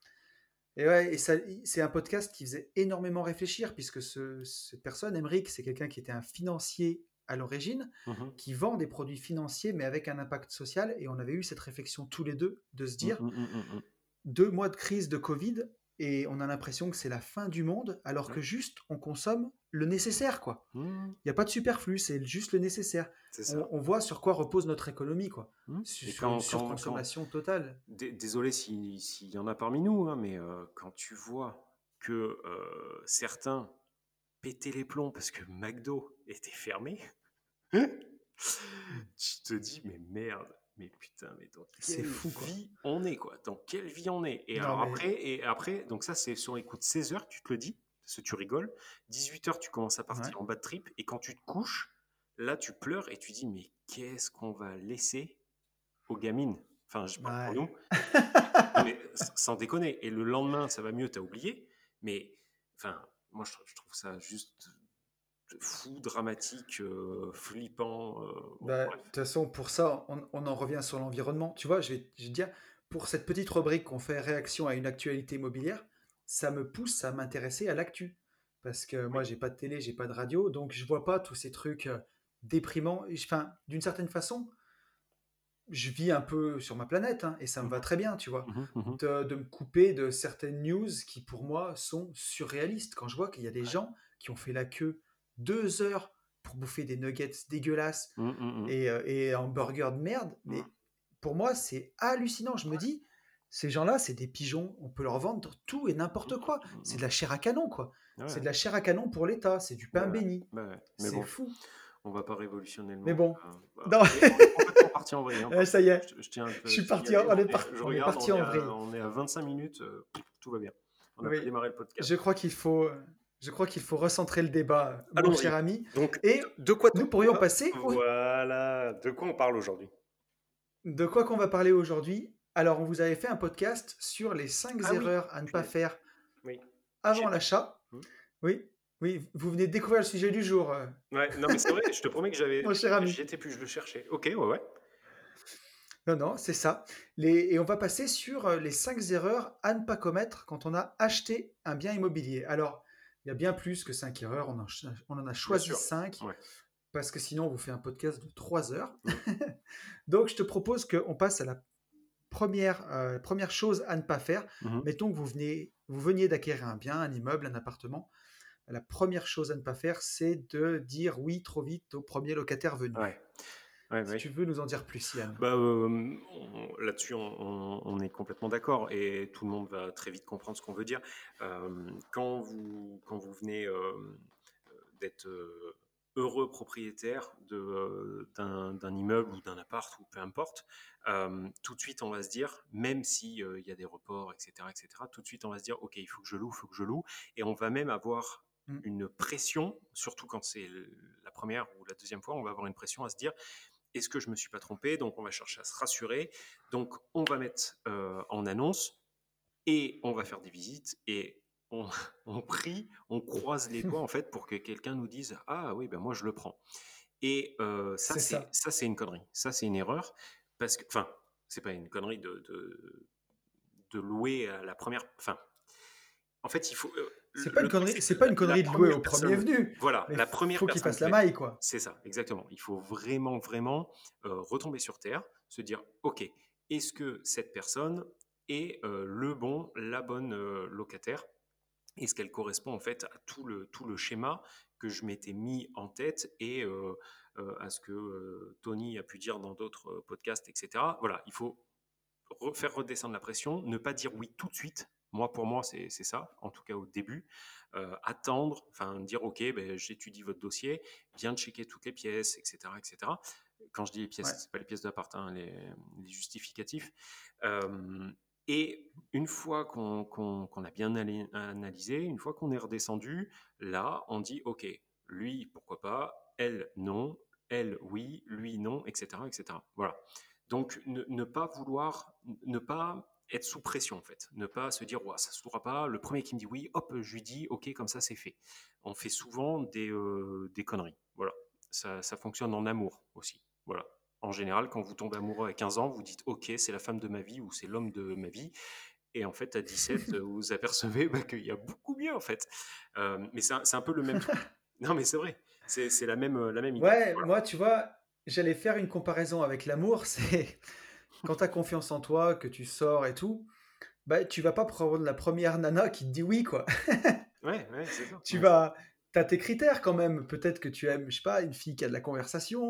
Et ouais, et ça, c'est un podcast qui faisait énormément réfléchir, puisque cette personne, Emeric, c'est quelqu'un qui était un financier à l'origine, Mhm. qui vend des produits financiers, mais avec un impact social. Et on avait eu cette réflexion tous les deux de se Mm, dire, mm, mm, mm, mm. 2 mois de crise de Covid, et on a l'impression que c'est la fin du monde, alors que Ouais. juste on consomme le nécessaire, quoi. Mm. Il n'y a pas de superflu, c'est juste le nécessaire. C'est ça. On voit sur quoi repose notre économie, quoi. Mm. Et Sur une surconsommation totale. désolé s'il y en a parmi nous, hein, mais quand tu vois que certains pétaient les plombs parce que McDo était fermé, tu te dis, mais merde, mais putain, mais dans C'est quelle fou, quoi. vie on est, quoi? Dans quelle vie on est? Non, mais Et après, donc ça, c'est sur les coups de 16 heures, tu te le dis, parce que tu rigoles. 18 heures, tu commences à ouais, partir en bas de trip, et quand tu te couches, là, tu pleures et tu dis, mais qu'est-ce qu'on va laisser aux gamines? Enfin, je parle pour ouais. nous. Non, mais sans déconner. Et le lendemain, ça va mieux, t'as oublié. Mais, enfin, moi, je trouve ça juste fou, dramatique, flippant. Bon, Bah, de bref. toute façon, pour ça, on en revient sur l'environnement. Tu vois, je vais te dire, pour cette petite rubrique qu'on fait réaction à une actualité immobilière, ça me pousse à m'intéresser à l'actu. Parce que moi, Oui. j'ai pas de télé, j'ai pas de radio, donc je vois pas tous ces trucs déprimants. Enfin, d'une certaine façon, je vis un peu sur ma planète, hein, et ça me va Mhm, très bien, tu vois, mhm, mhm. de me couper de certaines news qui, pour moi, sont surréalistes. Quand je vois qu'il y a des Ouais. gens qui ont fait la queue 2 heures pour bouffer des nuggets dégueulasses Mm, mm, mm. et un burger de merde, Mm. mais pour moi, c'est hallucinant. Je me dis, Ces gens-là, c'est des pigeons. On peut leur vendre tout et Mmh, n'importe quoi. mmh, C'est mmh. de la chair à canon, quoi. Ouais, C'est de ouais. la chair à canon pour l'État. C'est du Bah, pain ouais. béni. Bah, ouais. Mais C'est bon, fou. on va pas révolutionner le Mais monde, bon. bah, Non. on est complètement parti en vrille, hein, par Ça contre. y est. Je tiens à Je te suis parti. signaler, je On est regarde, parti en vrille. on est à 25 minutes, tout va bien. On n'a pas Oui. démarré le podcast. Je crois qu'il faut, je crois qu'il faut recentrer le débat, mon Allons-y. cher ami. Donc, Et de quoi nous pourrions passer voilà, de quoi on parle aujourd'hui? de quoi qu'on va parler aujourd'hui. Alors, on vous avait fait un podcast sur les 5 Ah oui, erreurs à ne pas punaise, faire oui. avant J'étais l'achat. mmh. Oui, oui, vous venez de découvrir le sujet du jour, Ouais, non, mais c'est vrai, je te promets que mon cher ami. j'y étais plus, je le cherchais. OK, ouais, ouais. Non, non, c'est ça. Et on va passer sur les 5 erreurs à ne pas commettre quand on a acheté un bien immobilier. Alors, il y a bien plus que 5 erreurs, on en a Bien choisi sûr. 5 Ouais. parce que sinon on vous fait un podcast de 3 heures. Mmh. Donc, je te propose qu'on passe à la première chose à ne pas faire. Mmh mh. Mettons que vous veniez d'acquérir un bien, un immeuble, un appartement. La première chose à ne pas faire, c'est de dire oui trop vite au premier locataire Ouais. venu. Ouais, Si ouais. tu veux nous en dire plus, Yann. Bah, là-dessus, on est complètement d'accord et tout le monde va très vite comprendre ce qu'on veut dire. Quand vous venez, d'être, heureux propriétaire d'un immeuble ou d'un appart ou peu importe, tout de suite, on va se dire, même si, il y a des reports et cetera, tout de suite, on va se dire: «OK, il faut que je loue, il faut que je loue» et on va même avoir Mm. une pression, surtout quand c'est la première ou la deuxième fois, on va avoir une pression à se dire: est-ce que je me suis pas trompé? Donc on va chercher à se rassurer. Donc on va mettre en annonce et on va faire des visites et on, on prie, on croise les doigts en fait pour que quelqu'un nous dise ah oui ben moi je le prends. Et C'est ça. ça c'est une connerie, ça c'est une erreur parce que enfin c'est pas une connerie de louer à la première. Enfin en fait il faut C'est pas une le truc connerie, c'est que c'est pas une la connerie de louer première au premier personne venu, voilà, mais la première faut qu'il personne fasse qui la va être maille, quoi. c'est ça, exactement. Il faut vraiment, vraiment retomber sur terre, se dire, OK, est-ce que cette personne est le bon, la bonne locataire? Est-ce qu'elle correspond en fait à tout le schéma que je m'étais mis en tête et à ce que Tony a pu dire dans d'autres podcasts, etc. Voilà, il faut faire redescendre la pression, ne pas dire oui tout de suite. Moi, pour moi, c'est ça, en tout cas au début. Attendre, enfin dire, OK, ben, j'étudie votre dossier, bien checker toutes les pièces, etc. etc. Quand je dis les Ouais. pièces, c'est pas les pièces d'appart, hein, les justificatifs. Euh, et une fois qu'on a bien analysé, une fois qu'on est redescendu, là, on dit, OK, lui, pourquoi pas, elle, non, elle, oui, lui, non, etc. etc. Voilà. Donc, ne pas vouloir, ne pas être sous pression en fait, ne pas se dire ouais, ça se trouvera pas. Le premier qui me dit oui, hop, je lui dis ok, comme ça c'est fait. On fait souvent des conneries. Voilà, ça fonctionne en amour aussi. Voilà. En général, quand vous tombez amoureux à 15 ans, vous dites ok, c'est la femme de ma vie ou c'est l'homme de ma vie. Et en fait, à 17, vous vous apercevez bah, qu'il y a beaucoup mieux en fait. Mais c'est un peu le même truc. Non, mais c'est vrai, c'est la même idée. Ouais, Voilà. moi, tu vois, j'allais faire une comparaison avec l'amour, c'est quand tu as confiance en toi, que tu sors et tout, bah, tu vas pas prendre la première nana qui te dit oui, quoi. Ouais, ouais, c'est ça. Tu Ouais. vas, t'as tes critères quand même. Peut-être que tu aimes, je sais pas, une fille qui a de la conversation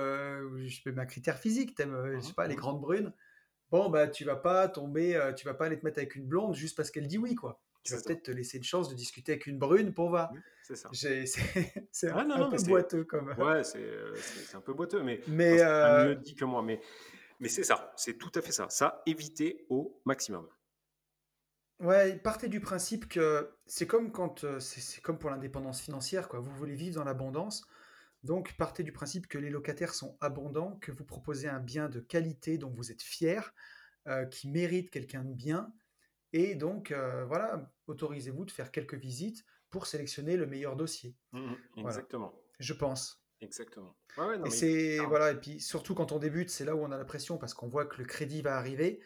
ou je sais pas, un critère physique. T'aimes, je sais Mhm, pas, les mhm. grandes brunes. Bon, bah, tu vas pas tomber, tu vas pas aller te mettre avec une blonde juste parce qu'elle dit oui, quoi. Tu vas C'est ça. peut-être te laisser une chance de discuter avec une brune pour voir. Oui, c'est ça. C'est Ah non, un non, mais peu c'est boiteux comme. ouais, c'est un peu boiteux, mais enfin, Mais c'est mieux dit que moi. Mais c'est ça, c'est tout à fait ça. Ça, éviter au maximum. ouais, partez du principe que c'est comme quand c'est comme pour l'indépendance financière, quoi. Vous voulez vivre dans l'abondance, donc partez du principe que les locataires sont abondants, que vous proposez un bien de qualité dont vous êtes fier, qui mérite quelqu'un de bien, et donc voilà, autorisez-vous de faire quelques visites pour sélectionner le meilleur dossier. Mhm, Voilà, exactement, je pense. exactement. Ouais, ouais, non, Et mais il faut c'est faire. voilà, et puis surtout quand on débute, c'est là où on a la pression parce qu'on voit que le crédit va arriver.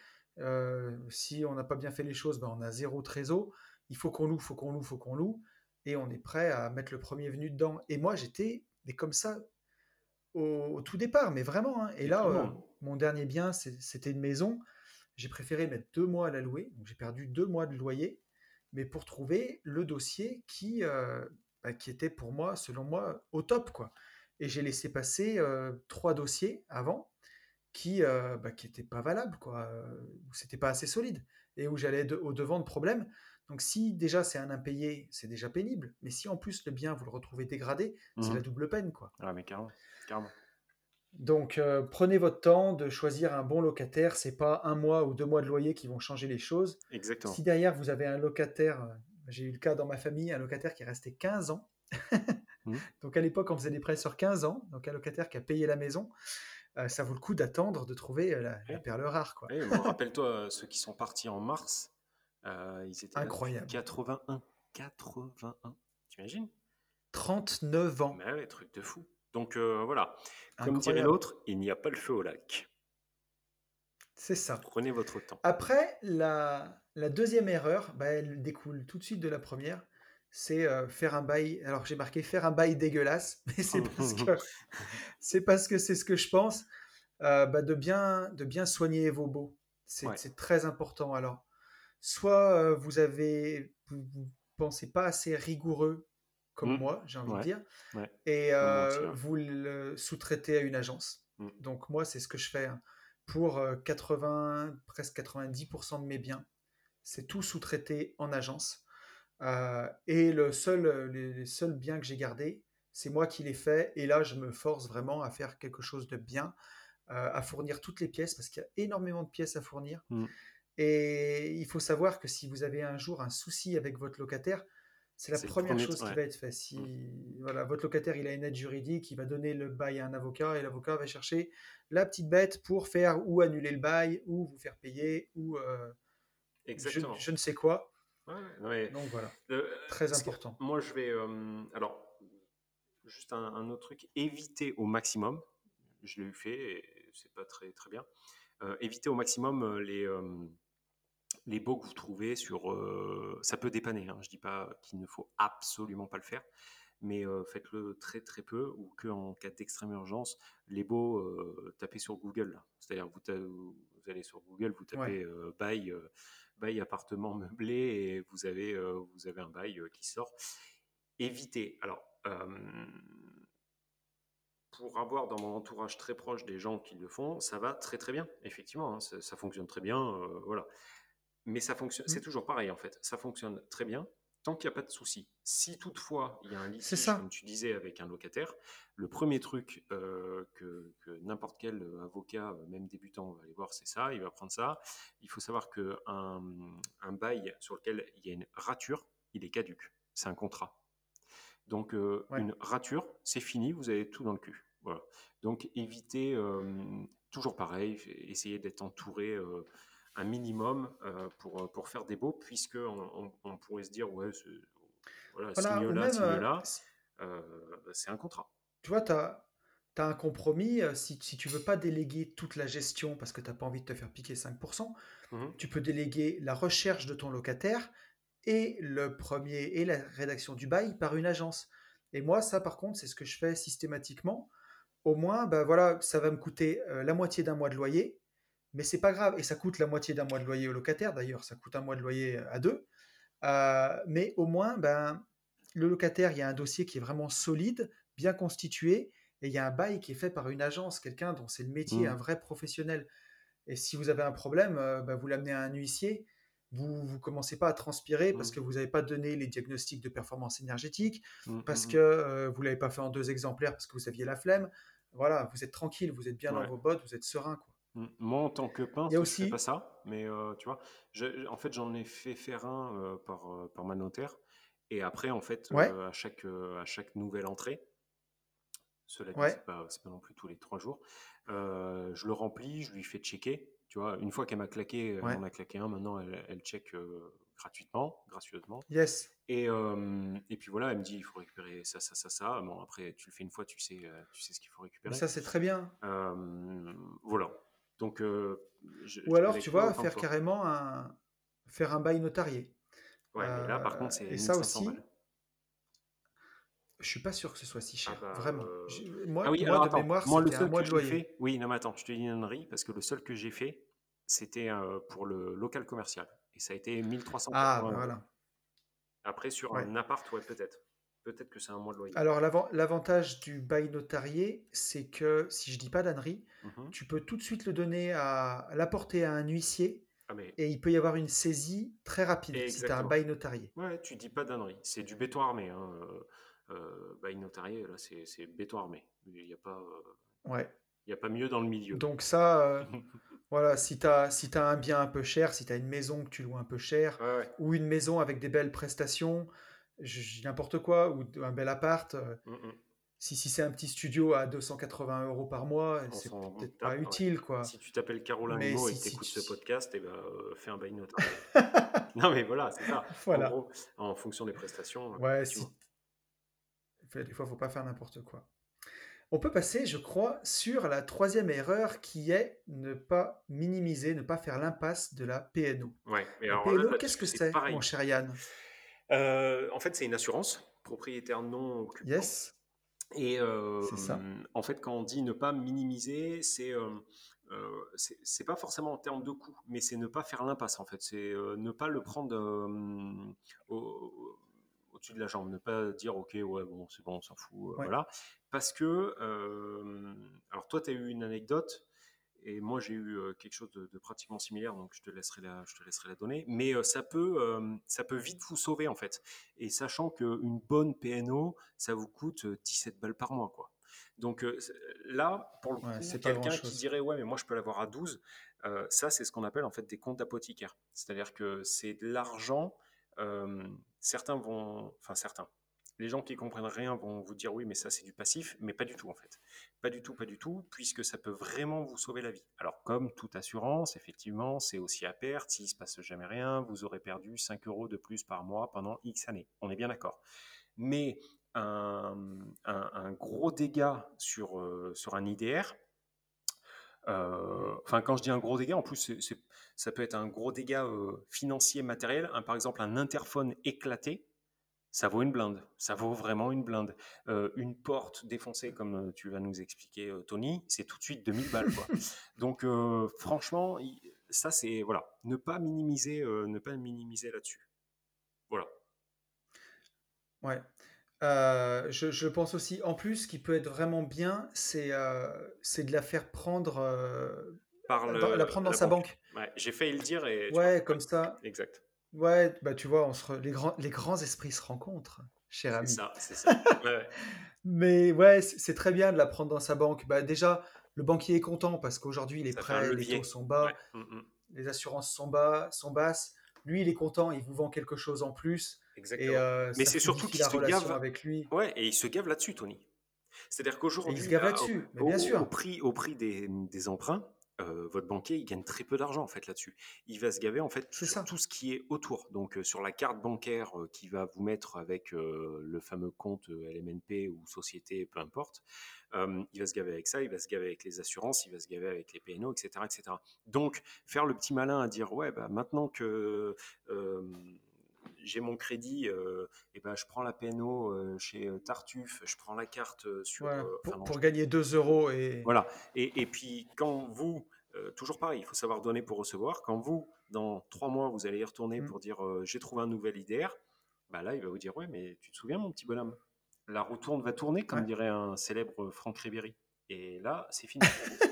Si on n'a pas bien fait les choses, ben on a zéro trésor. Il faut qu'on loue, faut qu'on loue, faut qu'on loue, et on est prêt à mettre le premier venu dedans. Et moi, j'étais mais comme ça au tout départ, mais vraiment, hein. Et Mais tout là, le monde. mon dernier bien, c'était une maison. J'ai préféré mettre 2 mois à la louer, donc j'ai perdu 2 mois de loyer, mais pour trouver le dossier qui était pour moi, selon moi, au top, quoi. Et j'ai laissé passer 3 dossiers avant, qui était pas valable, quoi, où c'était pas assez solide et où j'allais au-devant de problèmes. Donc si déjà c'est un impayé, c'est déjà pénible, mais si en plus le bien vous le retrouvez dégradé, c'est la Mhm. double peine, quoi. Ah, mais carrément, carrément. Donc prenez votre temps de choisir un bon locataire, c'est pas un mois ou 2 mois de loyer qui vont changer les choses. Exactement. Si derrière vous avez un locataire, j'ai eu le cas dans ma famille, un locataire qui est resté 15 ans. Mhm. Donc à l'époque, on faisait des prêts sur 15 ans, donc un locataire qui a payé la maison, ça vaut le coup d'attendre, de trouver la Eh, perle rare, quoi. eh, moi, rappelle-toi, ceux qui sont partis en mars, ils étaient là depuis Incroyable. 81. 81. T'imagines? 39 ans. Mais ouais, truc de fou. Donc voilà, comme dirait Incroyable. l'autre, il n'y a pas le feu au lac. C'est ça. Prenez votre temps. Après, la deuxième erreur, bah, elle découle tout de suite de la première. C'est faire un bail. Alors j'ai marqué faire un bail dégueulasse, mais c'est parce que c'est ce que je pense. Bah, de bien soigner vos baux. C'est Ouais. c'est très important. Alors, soit vous pensez pas assez rigoureux comme Mm. moi, j'ai envie de Ouais. dire, Ouais. et Comme moi aussi, ouais. vous le sous-traitez à une agence. Mm. Donc moi, c'est ce que je fais, hein. Pour 80, presque 90% de mes biens, c'est tout sous-traité en agence. Et les seuls biens que j'ai gardés, c'est moi qui les fais. Et là, je me force vraiment à faire quelque chose de bien, à fournir toutes les pièces, parce qu'il y a énormément de pièces à fournir. Mm. Et il faut savoir que si vous avez un jour un souci avec votre locataire, c'est la C'est le première premier. chose qui Ouais. va être faite. Mm. Si voilà, votre locataire il a une aide juridique, il va donner le bail à un avocat et l'avocat va chercher la petite bête pour faire ou annuler le bail ou vous faire payer ou je Exactement. ne sais quoi. Ouais, ouais, non, mais, Donc voilà, euh, très important. moi, je vais. Alors, juste un autre truc, éviter au maximum. Je l'ai eu fait et c'est pas très, très bien. Éviter au maximum les bugs que vous trouvez sur. Ça peut dépanner, hein. Je dis pas qu'il ne faut absolument pas le faire, mais faites-le très très peu ou que en cas d'extrême urgence. Les baux, tapez sur Google, là. C'est-à-dire vous allez sur Google, vous Ouais. tapez bail appartement meublé et vous avez un bail qui sort. Évitez. Alors, pour avoir dans mon entourage très proche des gens qui le font, ça va très très bien, effectivement, hein, ça fonctionne très bien, voilà. Mais ça fonctionne, c'est Mm. toujours pareil en fait, ça fonctionne très bien tant qu'il n'y a pas de souci. Si toutefois il y a un C'est litige, comme ça. tu disais, avec un locataire, le premier truc que n'importe quel avocat, même débutant, va aller voir, c'est ça, il va prendre ça. Il faut savoir qu'un un bail sur lequel il y a une rature, il est caduque, c'est un contrat. Donc, Ouais. une rature, c'est fini, vous avez tout dans le cul. Voilà. Donc, évitez, toujours pareil, essayez d'être entouré un minimum pour faire des baux, puisque on pourrait se dire, ouais, voilà, Voilà. Ou signe là, même, signe là, c'est un contrat. tu vois, tu as un compromis. Si tu veux pas déléguer toute la gestion parce que tu n'as pas envie de te faire piquer 5%, Mhm. tu peux déléguer la recherche de ton locataire et le premier et la rédaction du bail par une agence. Et moi, ça, par contre, c'est ce que je fais systématiquement. Au moins, ben voilà, ça va me coûter la moitié d'un mois de loyer, mais c'est pas grave. Et ça coûte la moitié d'un mois de loyer au locataire, d'ailleurs, ça coûte un mois de loyer à deux. Mais au moins, ben, le locataire, il y a un dossier qui est vraiment solide, bien constitué, et il y a un bail qui est fait par une agence, quelqu'un dont c'est le métier, un Mhm. vrai professionnel. Et si vous avez un problème, bah, vous l'amenez à un huissier. Vous ne commencez pas à transpirer parce Mhm. que vous n'avez pas donné les diagnostics de performance énergétique, Mhm. parce que Mhm. vous ne l'avez pas fait en 2 exemplaires parce que vous aviez la flemme. Voilà, vous êtes tranquille, vous êtes bien dans Ouais. vos bottes, vous êtes serein, quoi. Moi, en tant que Il y a peintre, je fais pas aussi, ça, mais tu vois, en fait, j'en ai fait faire un par ma notaire, et après, en fait, ouais, à chaque nouvelle entrée, cela dit, ouais, c'est pas non plus tous les 3 jours, je le remplis, je lui fais checker, tu vois, une fois qu'elle m'a claqué, elle ouais, m'en a claqué un, maintenant elle check gratuitement, gracieusement, yes. et puis voilà, elle me dit, il faut récupérer ça, ça, ça, ça. Bon, après, tu le fais une fois, tu sais ce qu'il faut Mais récupérer. ça, c'est très bien. Voilà. Donc, Ou je alors, tu délègue pas vois, autant que faire toi. carrément faire un bail notarié. Ouais, mais là, par contre, c'est Et ça 1500 balles. aussi, je suis pas sûr que ce soit si Ah cher, bah. vraiment. Ah Moi, oui, moi, alors de attends. mémoire, Moi, le c'était un seul mois que de j'ai loyer. fait. Oui, non, mais attends, je te dis une ânerie, parce que le seul que j'ai fait, c'était pour le local commercial. Et ça a été Ah, 1380 ben euros. voilà. Après, sur Ouais. un appart, ouais, peut-être. Peut-être que c'est un mois de loyer. Alors, l'avantage du bail notarié, c'est que, si je dis pas d'ânerie, Mhm. tu peux tout de suite le donner à l'apporter à un huissier Ah, mais et il peut y avoir une saisie très rapide si tu as un exactement. bail notarié. Ouais, tu dis pas d'ânerie. C'est du béton armé. Hein. Bail notarié, là, c'est béton armé. Ouais. Il y a pas mieux dans le milieu. Donc ça, voilà, si t'as un bien un peu cher, si tu as une maison que tu loues un peu cher, Ouais, ouais. ou une maison avec des belles prestations, je dis n'importe quoi, ou un bel appart, Mhm. si c'est un petit studio à 280 € par mois, On c'est s'en peut-être pas tape, ouais. utile, quoi. Si tu t'appelles Caroline Mais Imo et si, que tu si écoutes ce tu... podcast, eh ben, fais un bail notarié. Non, mais voilà, c'est ça. En Voilà. gros, en fonction des prestations, Ouais, effectivement. des fois, faut pas faire n'importe quoi. On peut passer, je crois, sur la troisième erreur qui est ne pas minimiser, ne pas faire l'impasse de la PNO. Ouais, mais La alors là, PNO, qu'est-ce là-dessus, que c'est c'est, mon pareil. cher Yann? En fait, c'est une assurance, propriétaire non occupant. Yes, Et c'est ça. en fait, quand on dit ne pas minimiser, c'est pas forcément en termes de coût, mais c'est ne pas faire l'impasse en fait. C'est ne pas le prendre au, au-dessus de la jambe, ne pas dire ok ouais bon c'est bon on s'en fout, Ouais. voilà. Parce que alors toi tu as eu une anecdote et moi j'ai eu quelque chose de pratiquement similaire, donc je te laisserai la donner. Mais ça peut vite vous sauver en fait. Et sachant qu'une bonne PNO, ça vous coûte 17 balles par mois, quoi. Donc là, pour le Ouais, coup, c'est pas quelqu'un qui grand-chose. dirait ouais, mais moi je peux l'avoir à 12, ça c'est ce qu'on appelle en fait des comptes apothicaires. C'est-à-dire que c'est de l'argent. Enfin certains. Les gens qui comprennent rien vont vous dire oui, mais ça c'est du passif, mais pas du tout en fait. Pas du tout, puisque ça peut vraiment vous sauver la vie. Alors comme toute assurance, effectivement, c'est aussi à perte. S'il se passe jamais rien, vous aurez perdu 5 euros de plus par mois pendant X années. On est bien d'accord. Mais un gros dégât sur un IDR, enfin, quand je dis un gros dégât, en plus, ça peut être un gros dégât financier, matériel. Par exemple, un interphone éclaté, ça vaut une blinde. Ça vaut vraiment une blinde. Une porte défoncée, comme tu vas nous expliquer, Tony, c'est tout de suite 2000 balles, quoi. Donc, franchement, ça, c'est, voilà, ne pas minimiser là-dessus. Voilà. Ouais. Je pense aussi, en plus, ce qui peut être vraiment bien, c'est de la faire prendre, Par la prendre dans la sa banque. banque. Ouais, j'ai failli le dire et tu vois, Ouais, ouais, comme ça. exact. Ouais, bah tu vois, les grands esprits se rencontrent, cher C'est ami. ça, c'est ça. Ouais, ouais, Mais ouais, c'est très bien de la prendre dans sa banque. Bah déjà, le banquier est content parce qu'aujourd'hui, les ça fait un prêts, les taux levier. sont Ouais. bas, les assurances sont basses. Lui, il est content, il vous vend quelque chose en plus et Exactement. Mais ça c'est surtout fluidifie qu'il la se relation gave. avec lui. Ouais, et il se gave là-dessus, Tony. C'est-à-dire Et il se qu'aujourd'hui, gave là, là-dessus, mais bien sûr, au prix des emprunts, votre banquier, il gagne très peu d'argent en fait là-dessus. Il va se gaver en fait c'est sur ça. tout ce qui est autour. Donc sur la carte bancaire qu'il va vous mettre avec le fameux compte LMNP ou société, peu importe. Il va se gaver avec ça, il va se gaver avec les assurances, il va se gaver avec les PNO, etc., etc. Donc faire le petit malin à dire ouais, bah, maintenant que j'ai mon crédit, et ben, je prends la PNO chez Tartuffe, je prends la carte sur. Voilà. Enfin, non, Pour gagner 2 euros et. voilà. Et puis, quand vous, toujours pareil, il faut savoir donner pour recevoir. Quand vous, dans 3 mois, vous allez y retourner Hmm, pour dire j'ai trouvé un nouvel IDR, bah là, il va vous dire ouais, mais tu te souviens, mon petit bonhomme, la roue tourne va tourner, comme ouais. dirait un célèbre Franck Ribéry. Et là, c'est fini pour vous.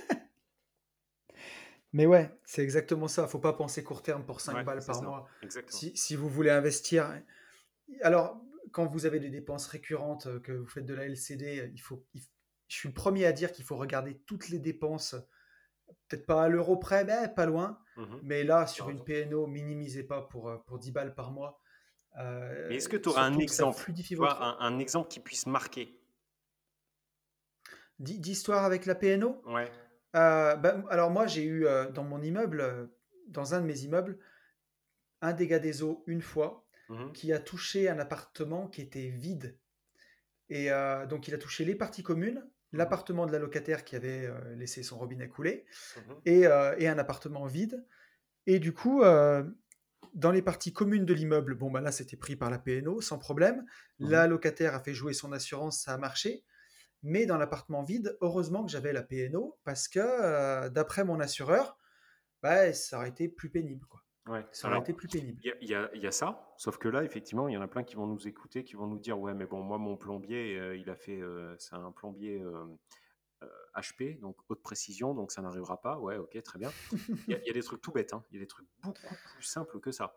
Mais ouais, c'est exactement ça. Faut pas penser court terme pour 5 Ouais, balles c'est par ça, mois. exactement. Si vous voulez investir. Alors, quand vous avez des dépenses récurrentes, que vous faites de la LCD, je suis le premier à dire qu'il faut regarder toutes les dépenses, peut-être pas à l'euro près, mais pas loin. Mhm. Mais là, Tu as sur une raison. PNO, minimisez pas pour 10 balles par mois. Mais est-ce que tu auras un Surtout que ça exemple, fluidifie tu vois, votre. un exemple qui puisse marquer? D'histoire avec la PNO. Ouais. Alors moi, j'ai eu dans mon immeuble, dans un de mes immeubles, un dégât des eaux une fois Mhm. qui a touché un appartement qui était vide. Et donc, il a touché les parties communes, Mhm. l'appartement de la locataire qui avait laissé son robinet couler, Mhm. et un appartement vide. Et du coup, dans les parties communes de l'immeuble, bon, bah là, c'était pris par la PNO sans problème. Mhm. La locataire a fait jouer son assurance, ça a marché. Mais dans l'appartement vide, heureusement que j'avais la PNO parce que, d'après mon assureur, bah, ça aurait été plus pénible, quoi. Ouais. Ça aurait Alors, été plus pénible. il y a ça, sauf que là, effectivement, il y en a plein qui vont nous écouter, qui vont nous dire, ouais, mais bon, moi, mon plombier, il a fait, c'est un plombier HP, donc haute précision, donc ça n'arrivera pas. Ouais, ok, très bien. Il y a des trucs tout bêtes, hein. Il y a des trucs beaucoup plus simples que ça.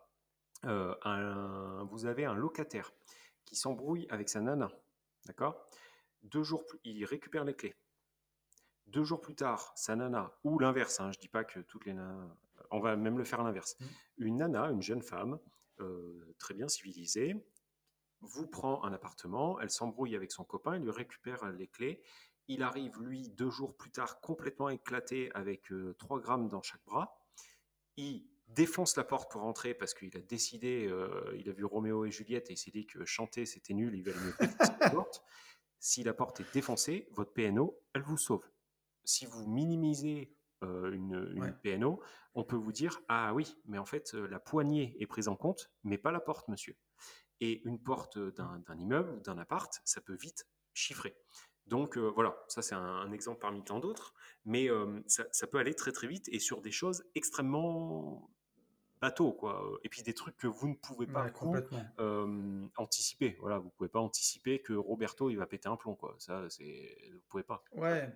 Vous avez un locataire qui s'embrouille avec sa nana, d'accord? 2 jours plus, il récupère les clés. 2 jours plus tard, sa nana, ou l'inverse, hein, je dis pas que toutes les nanas, on va même le faire à l'inverse. Mm. Une nana, une jeune femme, très bien civilisée, vous prend un appartement, elle s'embrouille avec son copain, il lui récupère les clés. Il arrive, lui, 2 jours plus tard, complètement éclaté avec 3 grammes dans chaque bras. Il défonce la porte pour entrer parce qu'il a décidé, il a vu Roméo et Juliette et il s'est dit que chanter c'était nul, il valait mieux défoncer la porte. Si la porte est défoncée, votre PNO, elle vous sauve. Si vous minimisez une Ouais, PNO, on peut vous dire ah oui, mais en fait la poignée est prise en compte, mais pas la porte, monsieur. Et une porte d'un immeuble ou d'un appart, ça peut vite chiffrer. Donc voilà, ça c'est un exemple parmi tant d'autres, mais ça peut aller très très vite et sur des choses extrêmement bateau, quoi. Et puis des trucs que vous ne pouvez pas, ouais, vous, complètement. anticiper. Voilà, vous pouvez pas anticiper que Roberto, il va péter un plomb, quoi. Ça, c'est... Vous pouvez pas. Ouais.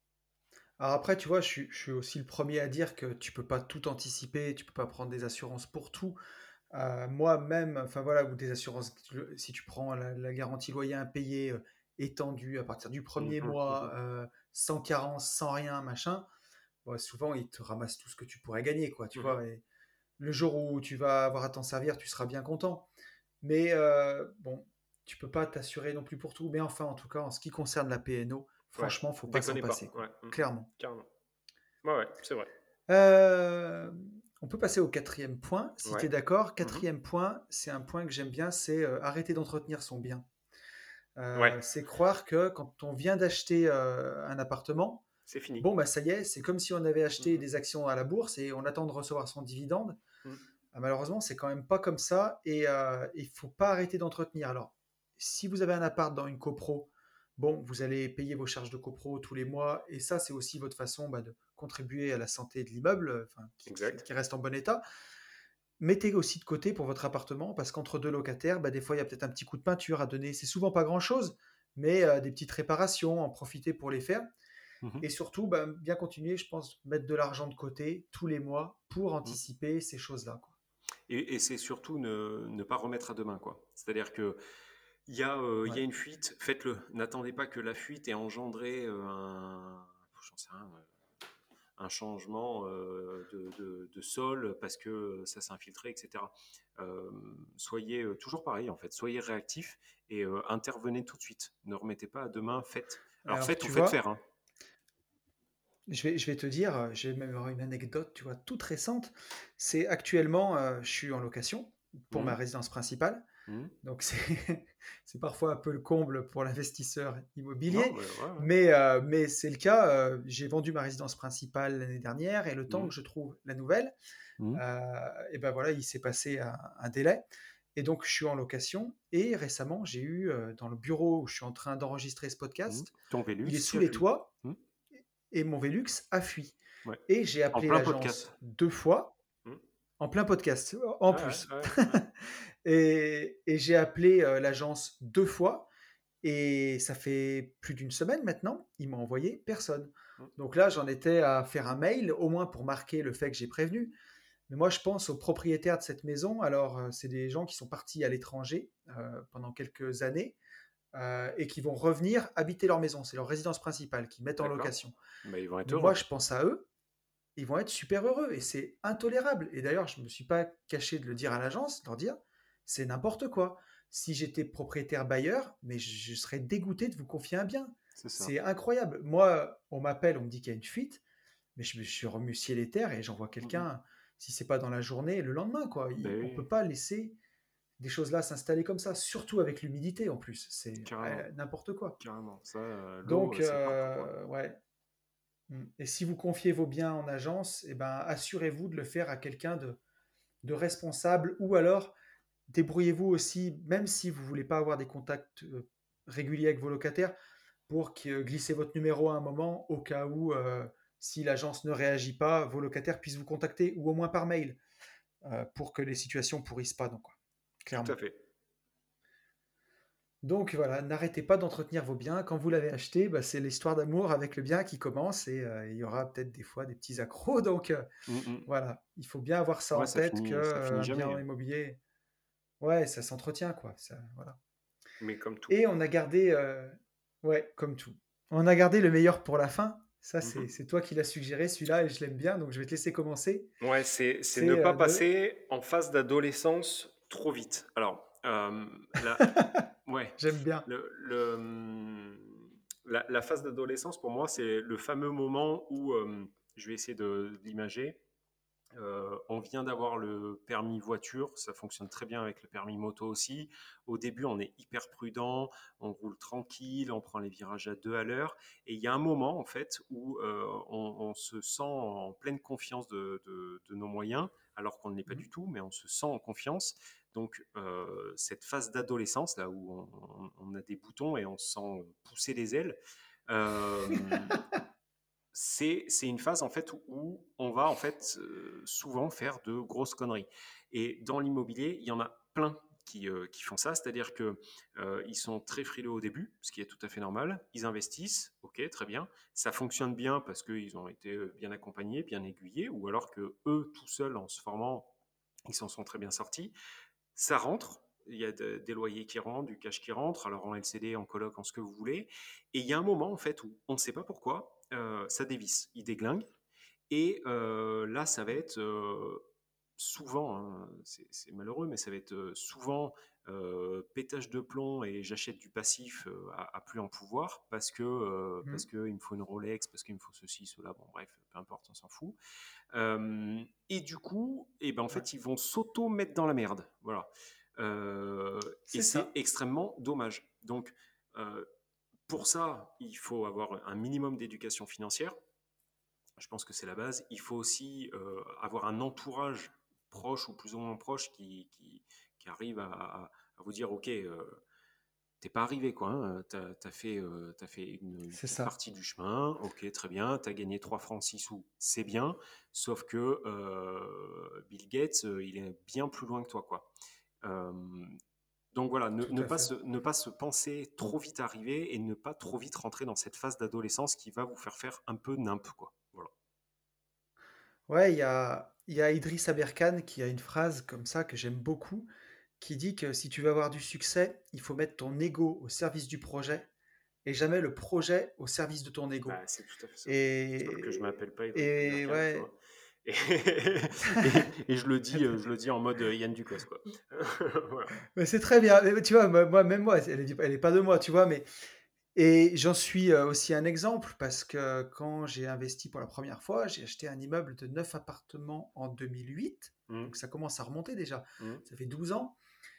Alors après, tu vois, je suis aussi le premier à dire que tu peux pas tout anticiper, tu peux pas prendre des assurances pour tout. Moi-même, enfin voilà, ou des assurances, si tu prends la garantie loyer impayé étendue à partir du premier Mhm, mois, mhm. sans carence, sans rien, machin, bon, souvent ils te ramassent tout ce que tu pourrais gagner, quoi, tu Mhm. vois. Et le jour où tu vas avoir à t'en servir, tu seras bien content. Mais bon, tu peux pas t'assurer non plus pour tout. Mais enfin, en tout cas, en ce qui concerne la PNO, Ouais, franchement, faut pas s'en déconnez pas. passer, quoi. Ouais, mhm. Clairement. Carrément. Ouais, ouais, c'est vrai. Euh, on peut passer au quatrième point, si tu es Ouais. d'accord. Mhm. Quatrième point, c'est un point que j'aime bien, c'est arrêter d'entretenir son bien. Ouais, C'est croire que quand on vient d'acheter un appartement, c'est fini. bon, bah ça y est, c'est comme si on avait acheté Mhm. des actions à la bourse et on attend de recevoir son dividende. Mhm. Malheureusement, c'est quand même pas comme ça et il faut pas arrêter d'entretenir. Alors, si vous avez un appart dans une copro, bon, vous allez payer vos charges de copro tous les mois et ça, c'est aussi votre façon bah, de contribuer à la santé de l'immeuble, enfin, Exact. qui reste en bon état. Mettez aussi de côté pour votre appartement parce qu'entre deux locataires, bah, des fois, il y a peut-être un petit coup de peinture à donner. C'est souvent pas grand-chose, mais des petites réparations, en profiter pour les faire. Mhm. Et surtout, bah, bien continuer, je pense, mettre de l'argent de côté tous les mois pour Mhm. anticiper ces choses-là, quoi. Et c'est surtout ne pas remettre à demain, quoi. C'est-à-dire que il y a Ouais. une fuite, faites-le. N'attendez pas que la fuite ait engendré j'en sais rien, un changement de sol parce que ça s'est infiltré, etc. Soyez toujours pareil, en fait. Soyez réactif et intervenez tout de suite. Ne remettez pas à demain, faites. Alors Alors, faites ou tu faites faire, vois, hein. je vais te dire, j'ai même une anecdote, tu vois, toute récente. C'est actuellement, je suis en location pour ma Mhm, résidence principale. mhm. Donc, c'est parfois un peu le comble pour l'investisseur Non, immobilier. mais ouais, ouais. Mais c'est le cas. J'ai vendu ma résidence principale l'année dernière et le temps Mhm, que je trouve la nouvelle, mhm, et ben voilà, il s'est passé un délai. Et donc, je suis en location. Et récemment, j'ai eu dans le bureau où je suis en train d'enregistrer ce mhm. podcast, Ton il est Velux qui sous a les fui. toits Mhm, et mon Velux a fui. ouais. Et j'ai En appelé plein podcast. l'agence 2 fois, Mhm. en plein podcast, en Ouais, ouais, plus. ouais, ouais. Et j'ai appelé l'agence 2 fois, et ça fait plus d'une semaine maintenant, ils m'ont envoyé personne. Mhm. Donc là, j'en étais à faire un mail, au moins pour marquer le fait que j'ai prévenu. Mais moi, je pense aux propriétaires de cette maison. Alors, c'est des gens qui sont partis à l'étranger pendant quelques années et qui vont revenir habiter leur maison. C'est leur résidence principale qu'ils mettent en D'accord. location. Bah, ils vont être Mais moi, heureux. je pense à eux, ils vont être super heureux et c'est intolérable. Et d'ailleurs, je ne me suis pas caché de le dire à l'agence, de leur dire, c'est n'importe quoi. Si j'étais propriétaire bailleur, mais je serais dégoûté de vous confier un bien. C'est ça. C'est incroyable. Moi, on m'appelle, on me dit qu'il y a une fuite, mais je me suis remué ciel et terre et j'envoie Mhm. quelqu'un, si c'est pas dans la journée, le lendemain, quoi. Ben On peut oui, pas laisser des choses là s'installer comme ça, surtout avec l'humidité en plus. C'est carrément. n'importe quoi. Carrément. Ça, l'eau, Donc, c'est partout, quoi. ouais. Et si vous confiez vos biens en agence, eh ben, assurez-vous de le faire à quelqu'un de responsable ou alors débrouillez-vous aussi, même si vous ne voulez pas avoir des contacts réguliers avec vos locataires, pour glisser votre numéro à un moment au cas où, si l'agence ne réagit pas, vos locataires puissent vous contacter ou au moins par mail. pour que les situations pourrissent pas, donc quoi, Tout à clairement. fait. Donc voilà, n'arrêtez pas d'entretenir vos biens. Quand vous l'avez acheté, bah, c'est l'histoire d'amour avec le bien qui commence et il y aura peut-être des fois des petits accros donc Mmh mh. voilà, il faut bien avoir ça Ouais, en tête que, ça finit un jamais, bien hein, immobilier ouais, ça s'entretient quoi, ça voilà mais comme tout. et on a gardé, ouais, comme tout. On a gardé le meilleur pour la fin. Ça, Mmh mh. c'est toi qui l'as suggéré celui-là et je l'aime bien, donc je vais te laisser commencer. Ouais, c'est ne C'est, pas de passer en phase d'adolescence trop vite. Alors, la ouais, j'aime bien. la phase d'adolescence pour moi, c'est le fameux moment où, je vais essayer de l'imager. On vient d'avoir le permis voiture, ça fonctionne très bien avec le permis moto aussi. Au début, on est hyper prudent, on roule tranquille, on prend les virages à 2 à l'heure. Et il y a un moment, en fait, où on se sent en pleine confiance de nos moyens, alors qu'on ne l'est pas Mmh. du tout, mais on se sent en confiance. Donc, cette phase d'adolescence, là où on a des boutons et on se sent pousser les ailes, euh, c'est une phase en fait où on va en fait souvent faire de grosses conneries. Et dans l'immobilier, il y en a plein qui font ça, c'est-à-dire que ils sont très frileux au début, ce qui est tout à fait normal. Ils investissent, ok, très bien. Ça fonctionne bien parce qu'ils ont été bien accompagnés, bien aiguillés, ou alors que eux tout seuls en se formant, ils s'en sont très bien sortis. Ça rentre, il y a des loyers qui rentrent, du cash qui rentre, alors en LCD, en coloc, en ce que vous voulez. Et il y a un moment, en fait, où on ne sait pas pourquoi, ça dévisse, il déglingue. Et là, ça va être souvent, hein, c'est malheureux, mais ça va être souvent pétage de plomb et j'achète du passif à plus en pouvoir Mmh. parce que il me faut une Rolex, parce qu'il me faut ceci, cela, bon bref, peu importe, on s'en fout. Et du coup, et ben, en Ouais, fait, ils vont s'auto-mettre dans la merde. Voilà. Et c'est c'est ça. extrêmement dommage. Donc, euh, pour ça, il faut avoir un minimum d'éducation financière. Je pense que c'est la base. Il faut aussi avoir un entourage proche ou plus ou moins proche qui arrive à vous dire, OK, t'es pas arrivé, quoi. Hein. T'as fait une C'est petite ça. partie du chemin. Ok, très bien. T'as gagné 3 francs 6 sous. C'est bien. Sauf que Bill Gates, il est bien plus loin que toi, quoi. Euh, donc voilà, Tout à fait. ne pas se penser trop vite arrivé et ne pas trop vite rentrer dans cette phase d'adolescence qui va vous faire un peu nimp, quoi. Voilà. Ouais, il y a Idriss Aberkane qui a une phrase comme ça que j'aime beaucoup, qui dit que si tu veux avoir du succès, il faut mettre ton ego au service du projet et jamais le projet au service de ton ego. Bah, c'est tout à fait ça. Sauf que je Et, m'appelle pas Idriss et Aberkan, tu ouais. vois. Et, et je le dis en mode Yann Ducasse, quoi. Voilà. Mais c'est très bien. Mais tu vois, même moi, elle est pas de moi, tu vois, mais et j'en suis aussi un exemple parce que quand j'ai investi pour la première fois, j'ai acheté un immeuble de 9 appartements en 2008. Donc Mmh, ça commence à remonter déjà. mmh, Ça fait 12 ans.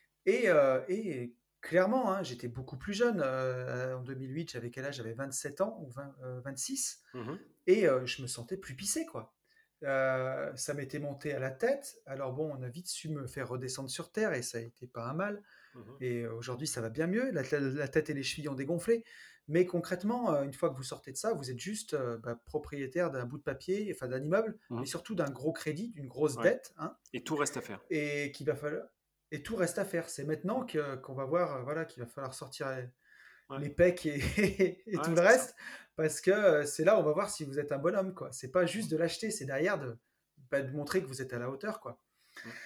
Et clairement, hein, j'étais beaucoup plus jeune. En 2008, j'avais quel âge? J'avais 27 ans ou 20, 26. mmh, Et je me sentais plus pissé, quoi. Ça m'était monté à la tête. Alors bon, on a vite su me faire redescendre sur terre et ça a été pas un mal. mmh, Et aujourd'hui, ça va bien mieux. La tête et les chevilles ont dégonflé. Mais concrètement, une fois que vous sortez de ça, vous êtes juste propriétaire d'un bout de papier, enfin d'un immeuble, mais mmh. surtout d'un gros crédit, d'une grosse Ouais. dette, hein, Et tout reste à faire. et qu'il va falloir. Et tout reste à faire. C'est maintenant qu'on va voir, voilà, qu'il va falloir sortir Ouais, les pecs et tout ouais, le c'est ça. reste, parce que c'est là où on va voir si vous êtes un bonhomme, quoi. C'est pas juste de l'acheter, c'est derrière de montrer que vous êtes à la hauteur, quoi. Mmh.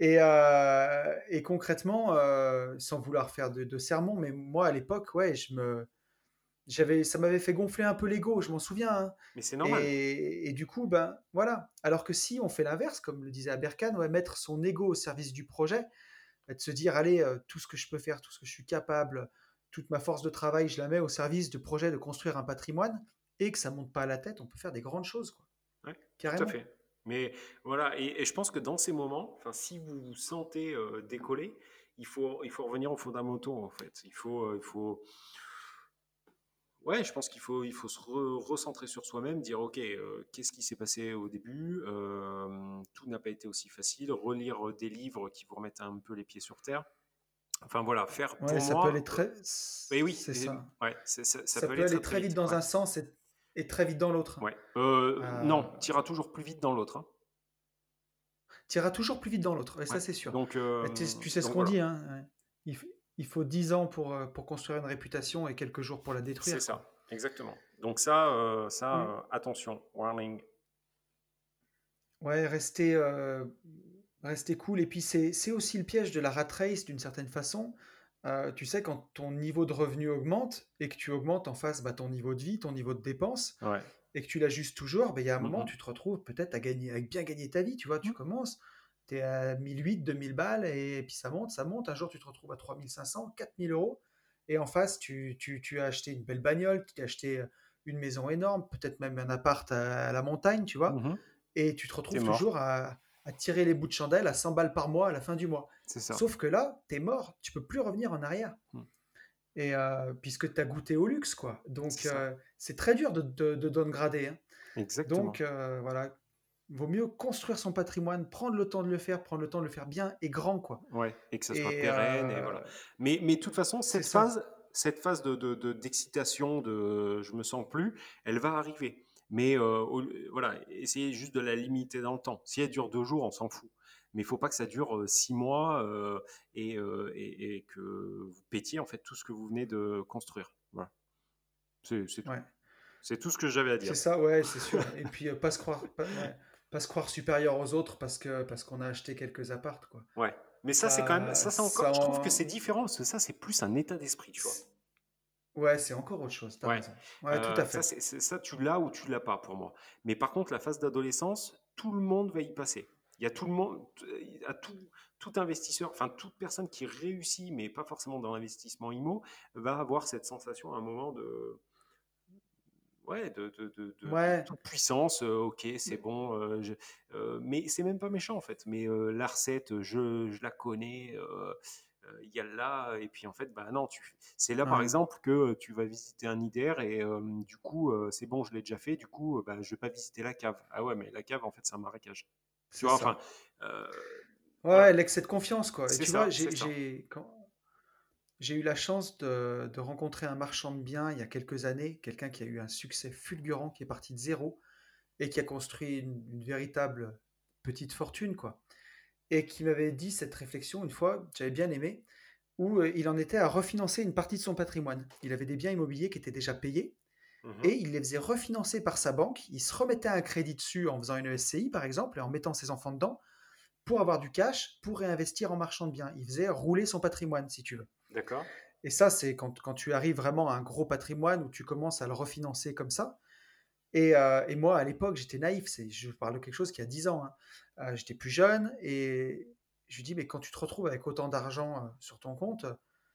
Et concrètement, sans vouloir faire de sermon, mais moi à l'époque, ouais, ça m'avait fait gonfler un peu l'ego, je m'en souviens, hein. Mais c'est normal. Et du coup, ben voilà. Alors que si on fait l'inverse, comme le disait Aberkan, ouais, mettre son ego au service du projet, bah, de se dire, allez, tout ce que je peux faire, tout ce que je suis capable, toute ma force de travail, je la mets au service du projet de construire un patrimoine et que ça monte pas à la tête, on peut faire des grandes choses, quoi. Ouais, tout à Carrément. fait. Mais voilà, et je pense que dans ces moments, enfin, si vous vous sentez décoller, il faut revenir aux fondamentaux, en fait. Il faut, ouais, je pense il faut se recentrer sur soi-même, dire, OK, qu'est-ce qui s'est passé au début? Tout n'a pas été aussi facile. Relire des livres qui vous remettent un peu les pieds sur terre. Enfin voilà, faire Ouais, pour ça peut aller moi, très. et oui, C'est ça. ouais, ça Ça peut peut aller très aller très très vite vite. dans Ouais, un sens et très vite dans l'autre. ouais. Euh, Non, t'iras toujours plus vite dans l'autre. Hein. tu iras toujours plus vite dans l'autre, et ça, Ouais. c'est sûr. Donc, Et tu sais ce donc qu'on voilà, dit, hein, ouais. Il faut 10 ans pour construire une réputation et quelques jours pour la c'est détruire, quoi. ça, exactement. Donc ça, Mm. attention, warning. Ouais, rester cool. Et puis, c'est aussi le piège de la rat race, d'une certaine façon. Tu sais, quand ton niveau de revenu augmente et que tu augmentes en face ton niveau de vie, ton niveau de dépenses, Ouais. et que tu l'ajustes toujours, il y a un moment, Mhm. tu te retrouves peut-être à bien gagner ta vie. Tu vois, tu Mhm. commences, tu es à 1008, 2000 balles, et puis ça monte, ça monte. Un jour, tu te retrouves à 3500, 4000 euros. Et en face, tu as acheté une belle bagnole, tu as acheté une maison énorme, peut-être même un appart à la montagne, tu vois. Mhm. Et tu te T'es retrouves mort, toujours à tirer les bouts de chandelle à 100 balles par mois à la fin du mois. c'est ça. Sauf que là, tu es mort, tu peux plus revenir en arrière. Mhm. Et puisque tu as goûté au luxe, quoi. C'est Donc, ça, c'est très dur de downgrader, hein. Donc, exactement. voilà, vaut mieux construire son patrimoine, prendre le temps de le faire, prendre le temps de le faire bien et grand, quoi. Ouais, et que ça soit Et pérenne, et voilà. Mais de toute façon, c'est ça. cette phase d'excitation, de je me sens plus, elle va arriver. Mais voilà, essayez juste de la limiter dans le temps. Si elle dure 2 jours, on s'en fout. Mais il faut pas que ça dure 6 mois, et que vous pétiez en fait tout ce que vous venez de construire. Voilà, c'est tout. Ouais. C'est tout ce que j'avais à C'est dire. ça, ouais, c'est sûr. Et puis, ouais, pas se croire supérieur aux autres parce qu'on a acheté quelques appartes, quoi. Ouais. Mais ça, c'est quand même, Ça, ça c'est encore, ça je trouve que c'est en- différent, parce que ça, c'est plus un état d'esprit, tu vois. c'est- Ouais, c'est encore autre chose, t'as Ouais, raison. Ouais, tout à ça, fait. ça, tu l'as ou tu l'as pas pour moi. Mais par contre, la phase d'adolescence, tout le monde va y passer. Il y a tout le monde, à tout investisseur, enfin toute personne qui réussit, mais pas forcément dans l'investissement IMO, va avoir cette sensation à un moment de, ouais, de Ouais, toute puissance. Ok, c'est mais- bon. Mais c'est même pas méchant en fait. Mais la recette, je la connais. Il y a là, et puis en fait, bah non, c'est là par ouais, exemple que tu vas visiter un IDER, et du coup, c'est bon, je l'ai déjà fait, du coup, bah, je vais pas visiter la cave. Ah ouais, mais la cave, en fait, c'est un marécage. Tu c'est vois, enfin, ça. euh, voilà, Ouais, l'excès de confiance, quoi. Et c'est tu vois, ça, c'est ça. j'ai eu la chance de rencontrer un marchand de biens il y a quelques années, quelqu'un qui a eu un succès fulgurant, qui est parti de zéro et qui a construit une véritable petite fortune, quoi. Et qui m'avait dit cette réflexion une fois, que j'avais bien aimé, où il en était à refinancer une partie de son patrimoine. Il avait des biens immobiliers qui étaient déjà payés et Mhm. il les faisait refinancer par sa banque. Il se remettait un crédit dessus en faisant une SCI, par exemple, et en mettant ses enfants dedans pour avoir du cash pour réinvestir en marchand de biens. Il faisait rouler son patrimoine, si tu veux. D'accord. Et ça, c'est quand tu arrives vraiment à un gros patrimoine où tu commences à le refinancer comme ça. Et moi, à l'époque, j'étais naïf. Je parle de quelque chose qui a 10 ans, hein. J'étais plus jeune et je lui dis, mais quand tu te retrouves avec autant d'argent sur ton compte,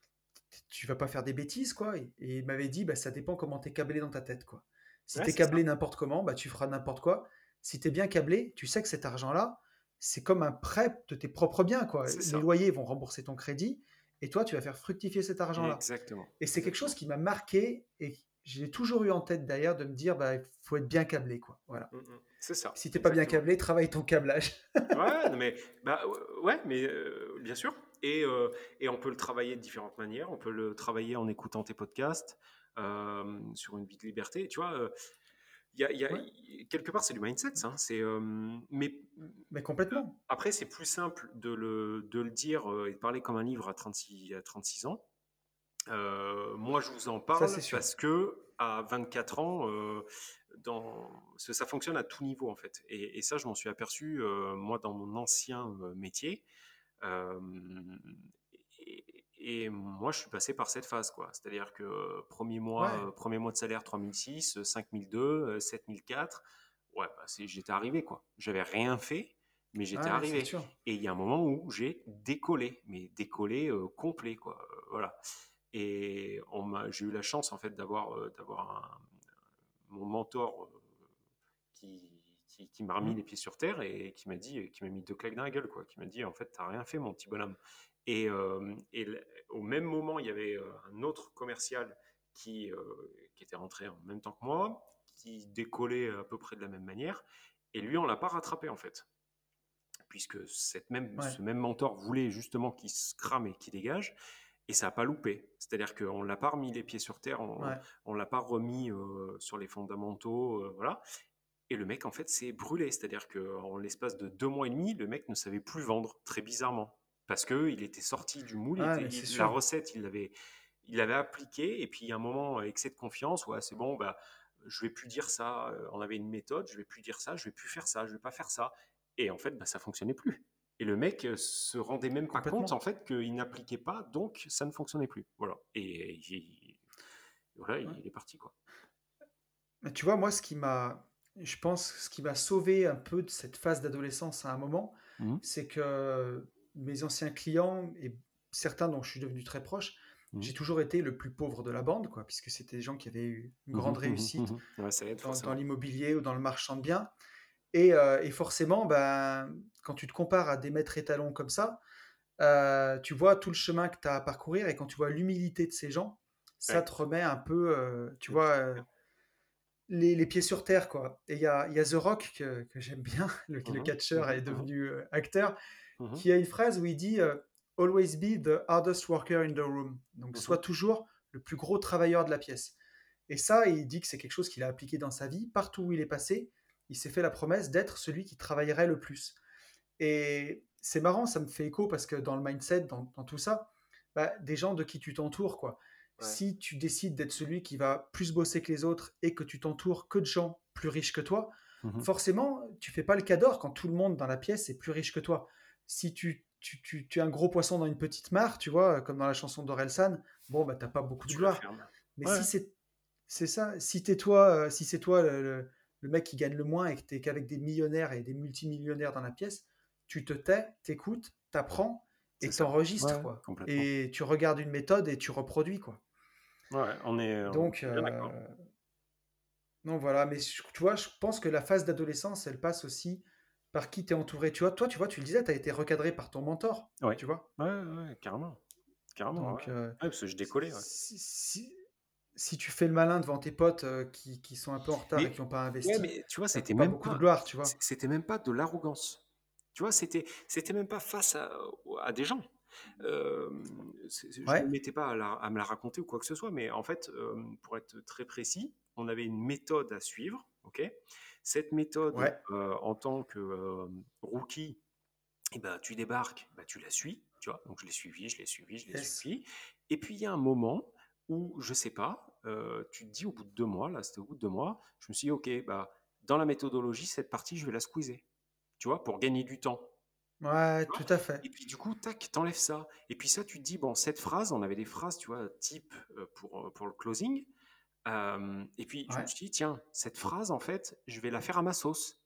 tu vas pas faire des bêtises, quoi. Et il m'avait dit, bah, ça dépend comment tu es câblé dans ta tête, quoi. Si Ouais, tu es c'est ça. câblé n'importe comment, bah, tu feras n'importe quoi. Si tu es bien câblé, tu sais que cet argent-là, c'est comme un prêt de tes propres biens, quoi. C'est Les ça. loyers vont rembourser ton crédit et toi, tu vas faire fructifier cet argent-là. Exactement. Et c'est quelque chose Exactement. qui m'a marqué et j'ai toujours eu en tête d'ailleurs de me dire, bah, il faut être bien câblé, quoi. Voilà. Mm, mm. C'est ça. Si t'es pas bien Exactement. câblé, travaille ton câblage. Ouais, non, mais bah ouais, mais bien sûr. Et on peut le travailler de différentes manières. On peut le travailler en écoutant tes podcasts, sur une vie de liberté. Tu vois, Ouais, quelque part c'est du mindset, ça, hein. Mais mais complètement. après c'est plus simple de le dire, et de parler comme un livre à 36 ans. Moi, je vous en Ça, parle c'est sûr. parce que à 24 ans, ça fonctionne à tout niveau en fait. Et ça, je m'en suis aperçu moi dans mon ancien métier. Euh, et moi, je suis passé par cette phase, quoi. C'est-à-dire que Ouais, premier mois de salaire 3006, 5002, 7004. Ouais, bah, j'étais arrivé, quoi. J'avais rien fait, mais j'étais ouais, c'est arrivé. sûr. Et il y a un moment où j'ai décollé, mais décollé complet, quoi. Voilà. Et j'ai eu la chance en fait d'avoir mon mentor qui m'a remis Mm. les pieds sur terre et qui m'a mis 2 claques dans la gueule, quoi. Qui m'a dit en fait t'as rien fait mon petit bonhomme. Au même moment il y avait un autre commercial qui était rentré en même temps que moi, qui décollait à peu près de la même manière. Et lui on l'a pas rattrapé en fait, puisque Ouais, ce même mentor voulait justement qu'il se crame et qu'il dégage, et ça n'a pas loupé. C'est-à-dire qu'on ne l'a pas remis les pieds sur terre, on ouais. ne l'a pas remis sur les fondamentaux, voilà. Et le mec, en fait, s'est brûlé. C'est-à-dire qu'en l'espace de 2 mois et demi, le mec ne savait plus vendre, très bizarrement. Parce qu'il était sorti du moule, Ouais, mais c'est la sûr. recette, il l'avait appliquée, et puis il y a un moment, excès de confiance, ouais, c'est bon, bah, je vais plus dire ça, on avait une méthode, je vais plus dire ça, je vais plus faire ça, je vais pas faire ça. Et en fait, bah, ça fonctionnait plus. Et le mec se rendait même pas compte, en Complètement. fait, qu'il n'appliquait pas, donc ça ne fonctionnait plus. Voilà. Et voilà, Ouais. il est parti, quoi. Mais tu vois, moi, je pense, ce qui m'a sauvé un peu de cette phase d'adolescence à un moment, Mhm. c'est que mes anciens clients et certains dont je suis devenu très proche, Mhm. j'ai toujours été le plus pauvre de la bande, quoi, puisque c'était des gens qui avaient eu une grande Mhm. Mhm. réussite Mhm. Ouais, ça aide dans forcément. l'immobilier ou dans le marchand de biens. Et forcément, ben, quand tu te compares à des maîtres étalons comme ça, tu vois tout le chemin que tu as à parcourir et quand tu vois l'humilité de ces gens, ça Ouais, te remet un peu, tu les pieds vois, sur terre. les pieds sur terre, quoi. Et il y a The Rock que j'aime bien, le Mhm. catcheur Mhm. est Mhm. devenu acteur, Mhm. qui a une phrase où il dit Always be the hardest worker in the room. Donc, Mhm. sois toujours le plus gros travailleur de la pièce. Et ça, il dit que c'est quelque chose qu'il a appliqué dans sa vie. Partout où il est passé, il s'est fait la promesse d'être celui qui travaillerait le plus. Et c'est marrant, ça me fait écho parce que dans le mindset, dans tout ça, bah, des gens de qui tu t'entoures, quoi. Ouais. Si tu décides d'être celui qui va plus bosser que les autres et que tu t'entoures que de gens plus riches que toi, Mhm. forcément, tu fais pas le cador quand tout le monde dans la pièce est plus riche que toi. Si tu es un gros poisson dans une petite mare, tu vois, comme dans la chanson d'Orelsan, bon, bah, t'as pas beaucoup de Tu la gloire. fermes. Mais Ouais. si c'est ça, si c'est toi le mec qui gagne le moins et que tu es qu'avec des millionnaires et des multimillionnaires dans la pièce, tu te tais, t'écoutes, t'apprends C'est et ça. t'enregistres, Ouais, quoi. complètement. Et tu regardes une méthode et tu reproduis, quoi. Ouais, on Donc, est bien d'accord. donc voilà, mais tu vois, je pense que la phase d'adolescence, elle passe aussi par qui t'es entouré. Tu vois, toi, tu vois, tu le disais, tu as été recadré par ton mentor, Ouais. tu vois. Ouais, ouais, ouais, carrément. Carrément, ouais. Donc, Ouais, parce que je décollais, ouais. si tu fais le malin devant tes potes qui sont un peu en retard et qui Mais n'ont pas ouais, investi, mais tu vois, ça vaut pas beaucoup de gloire, tu vois. c'était même pas de l'arrogance. Tu vois, c'était même pas face à des gens. Euh, je me Ouais, mettais pas à me la raconter ou quoi que ce soit, mais en fait, pour être très précis, on avait une méthode à suivre, ok? Cette méthode, ouais, en tant que rookie, eh ben, tu débarques, bah, tu la suis, tu vois. Donc je l'ai suivi, je l'ai suivi, je l'ai yes. suivi. Et puis il y a un moment où, je sais pas, tu te dis au bout de 2 mois, là c'était au bout de 2 mois, je me suis dit, ok, bah, dans la méthodologie, cette partie, je vais la squeezer, tu vois, pour gagner du temps. Ouais, Tu vois. tout à fait. Et puis du coup, tac, t'enlèves ça. Et puis ça, tu te dis, bon, cette phrase, on avait des phrases, tu vois, type pour le closing. Et puis je me Ouais, suis dit, tiens, cette phrase, en fait, je vais la faire à ma sauce.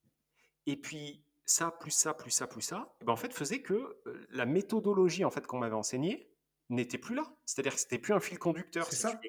Et puis ça, plus ça, plus ça, plus ça, et ben en fait, faisait que la méthodologie en fait qu'on m'avait enseignée n'était plus là. C'est-à-dire que c'était plus un fil conducteur, c'est si tu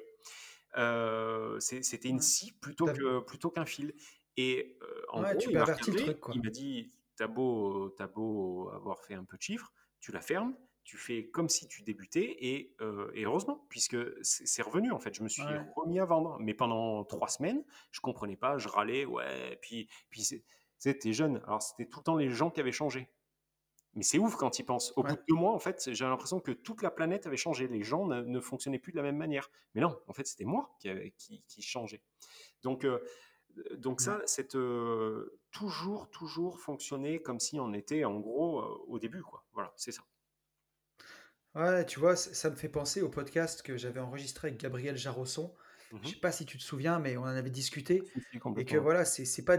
ça. veux. C'était une Ouais. scie T'as- plutôt qu'un fil. Et en ouais, gros, tu il m'a pervertis le recadré, truc, il quoi. m'a dit, t'as beau avoir fait un peu de chiffres, tu la fermes, tu fais comme si tu débutais, et heureusement, puisque c'est revenu en fait. Je me suis Ouais, remis à vendre, mais pendant 3 semaines, je comprenais pas, je râlais, ouais, puis t'es jeune, alors c'était tout le temps les gens qui avaient changé. Mais c'est ouf quand ils pensent. Au bout ouais. de 2 mois, en fait, j'ai l'impression que toute la planète avait changé. Les gens ne fonctionnaient plus de la même manière. Mais non, en fait, c'était moi qui changeais. Donc, donc Ouais. ça, c'est toujours, toujours fonctionner comme si on était, en gros, au début, quoi. Voilà, c'est ça. Ouais, tu vois, ça me fait penser au podcast que j'avais enregistré avec Gabriel Jarrosson. Je Mhm. sais pas si tu te souviens, mais on en avait discuté. Si, si, Et que complètement. voilà,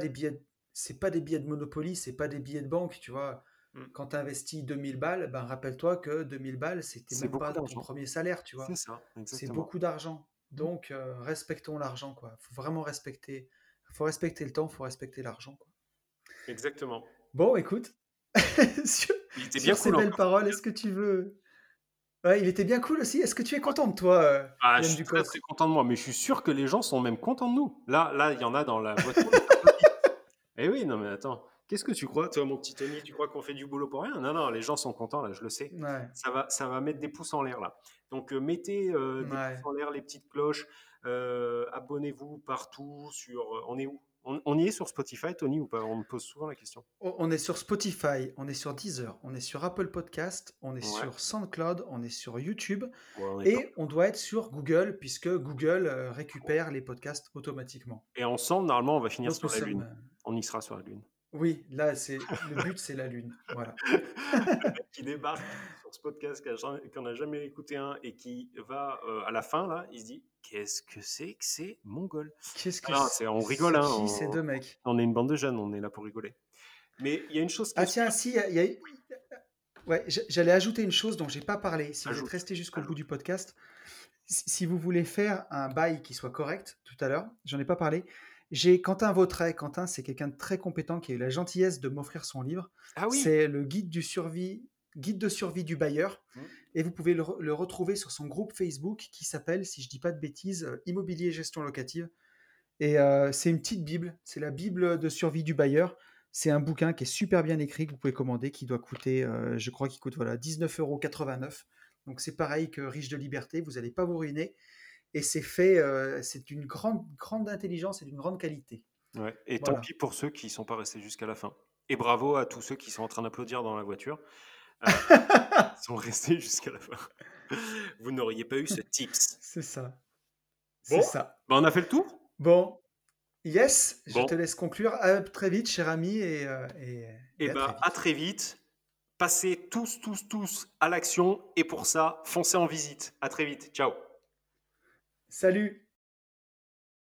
c'est pas des billets de Monopoly, c'est pas des billets de banque, tu vois. Mm. Quand tu investis 2000 balles, ben rappelle-toi que 2000 balles, c'était C'est même beaucoup pas ton d'argent. premier salaire, tu C'est vois. ça, C'est exactement. beaucoup d'argent. Mm. Donc, respectons l'argent, quoi. Faut vraiment respecter. Faut respecter le temps, faut respecter l'argent, quoi. Exactement. Bon, écoute, sur, Il était bien sur ces cool belles encore. paroles, est-ce que tu veux. Ouais, il était bien cool aussi. Est-ce que tu es content de toi, Ah, je Yann suis très, très Ducos? content de moi, mais je suis sûr que les gens sont même contents de nous. Là, il y en a dans la voiture, ils applaudissent. Eh oui, non, mais attends, qu'est-ce que tu crois, toi, mon petit Tony? Tu crois qu'on fait du boulot pour rien? Non, non, les gens sont contents, là, je le sais. Ouais, Ça va mettre des pouces en l'air, là. Donc, mettez des pouces ouais. en l'air, les petites cloches. Abonnez-vous partout on est où? On y est sur Spotify, Tony, ou pas? On me pose souvent la question. On est sur Spotify, on est sur Deezer, on est sur Apple Podcast, on est Ouais, sur SoundCloud, on est sur YouTube ouais, on est et partout. on doit être sur Google puisque Google récupère les podcasts automatiquement. Et ensemble, normalement, on va finir Donc sur nous la sommes. Lune. on y sera sur la Lune. Oui, là, c'est le but, c'est la lune, voilà. Le mec qui débarque sur ce podcast, qui en a jamais écouté un et qui va à la fin, là, il se dit: «Qu'est-ce que c'est mongol?» Qu'est-ce que Ah non, on rigole, c'est hein, qui ces 2 mecs? on est une bande de jeunes, on est là pour rigoler. Mais il y a une chose qui Ah est sûre, tiens, si, ouais, j'allais ajouter une chose dont j'ai pas parlé. Si vous êtes ajoute, resté jusqu'au bout ajoute. du podcast, si vous voulez faire un bail qui soit correct, tout à l'heure, j'en ai pas parlé. J'ai Quentin Vautret. Quentin, c'est quelqu'un de très compétent qui a eu la gentillesse de m'offrir son livre. Ah oui! C'est le guide de survie du bailleur. Mmh. Et vous pouvez le retrouver sur son groupe Facebook qui s'appelle, si je dis pas de bêtises, Immobilier et Gestion Locative. Et c'est une petite Bible, c'est la Bible de survie du bailleur. C'est un bouquin qui est super bien écrit, que vous pouvez commander, qui doit coûter, je crois qu'il coûte voilà, 19,89 €. Donc c'est pareil que Riche de liberté, vous n'allez pas vous ruiner. Et c'est fait, c'est d'une grande intelligence et d'une grande qualité. Ouais, et tant Voilà. pis pour ceux qui sont pas restés jusqu'à la fin. Et bravo à tous ceux qui sont en train d'applaudir dans la voiture, qui sont restés jusqu'à la fin. Vous n'auriez pas eu ce tips. C'est ça, c'est Bon, ça. bah, on a fait le tour? Bon, yes, je te Bon, laisse conclure. À très vite, cher ami, et et à très ben, à vite. très vite. Passez tous à l'action et pour ça, foncez en visite. À très vite. Ciao. Salut!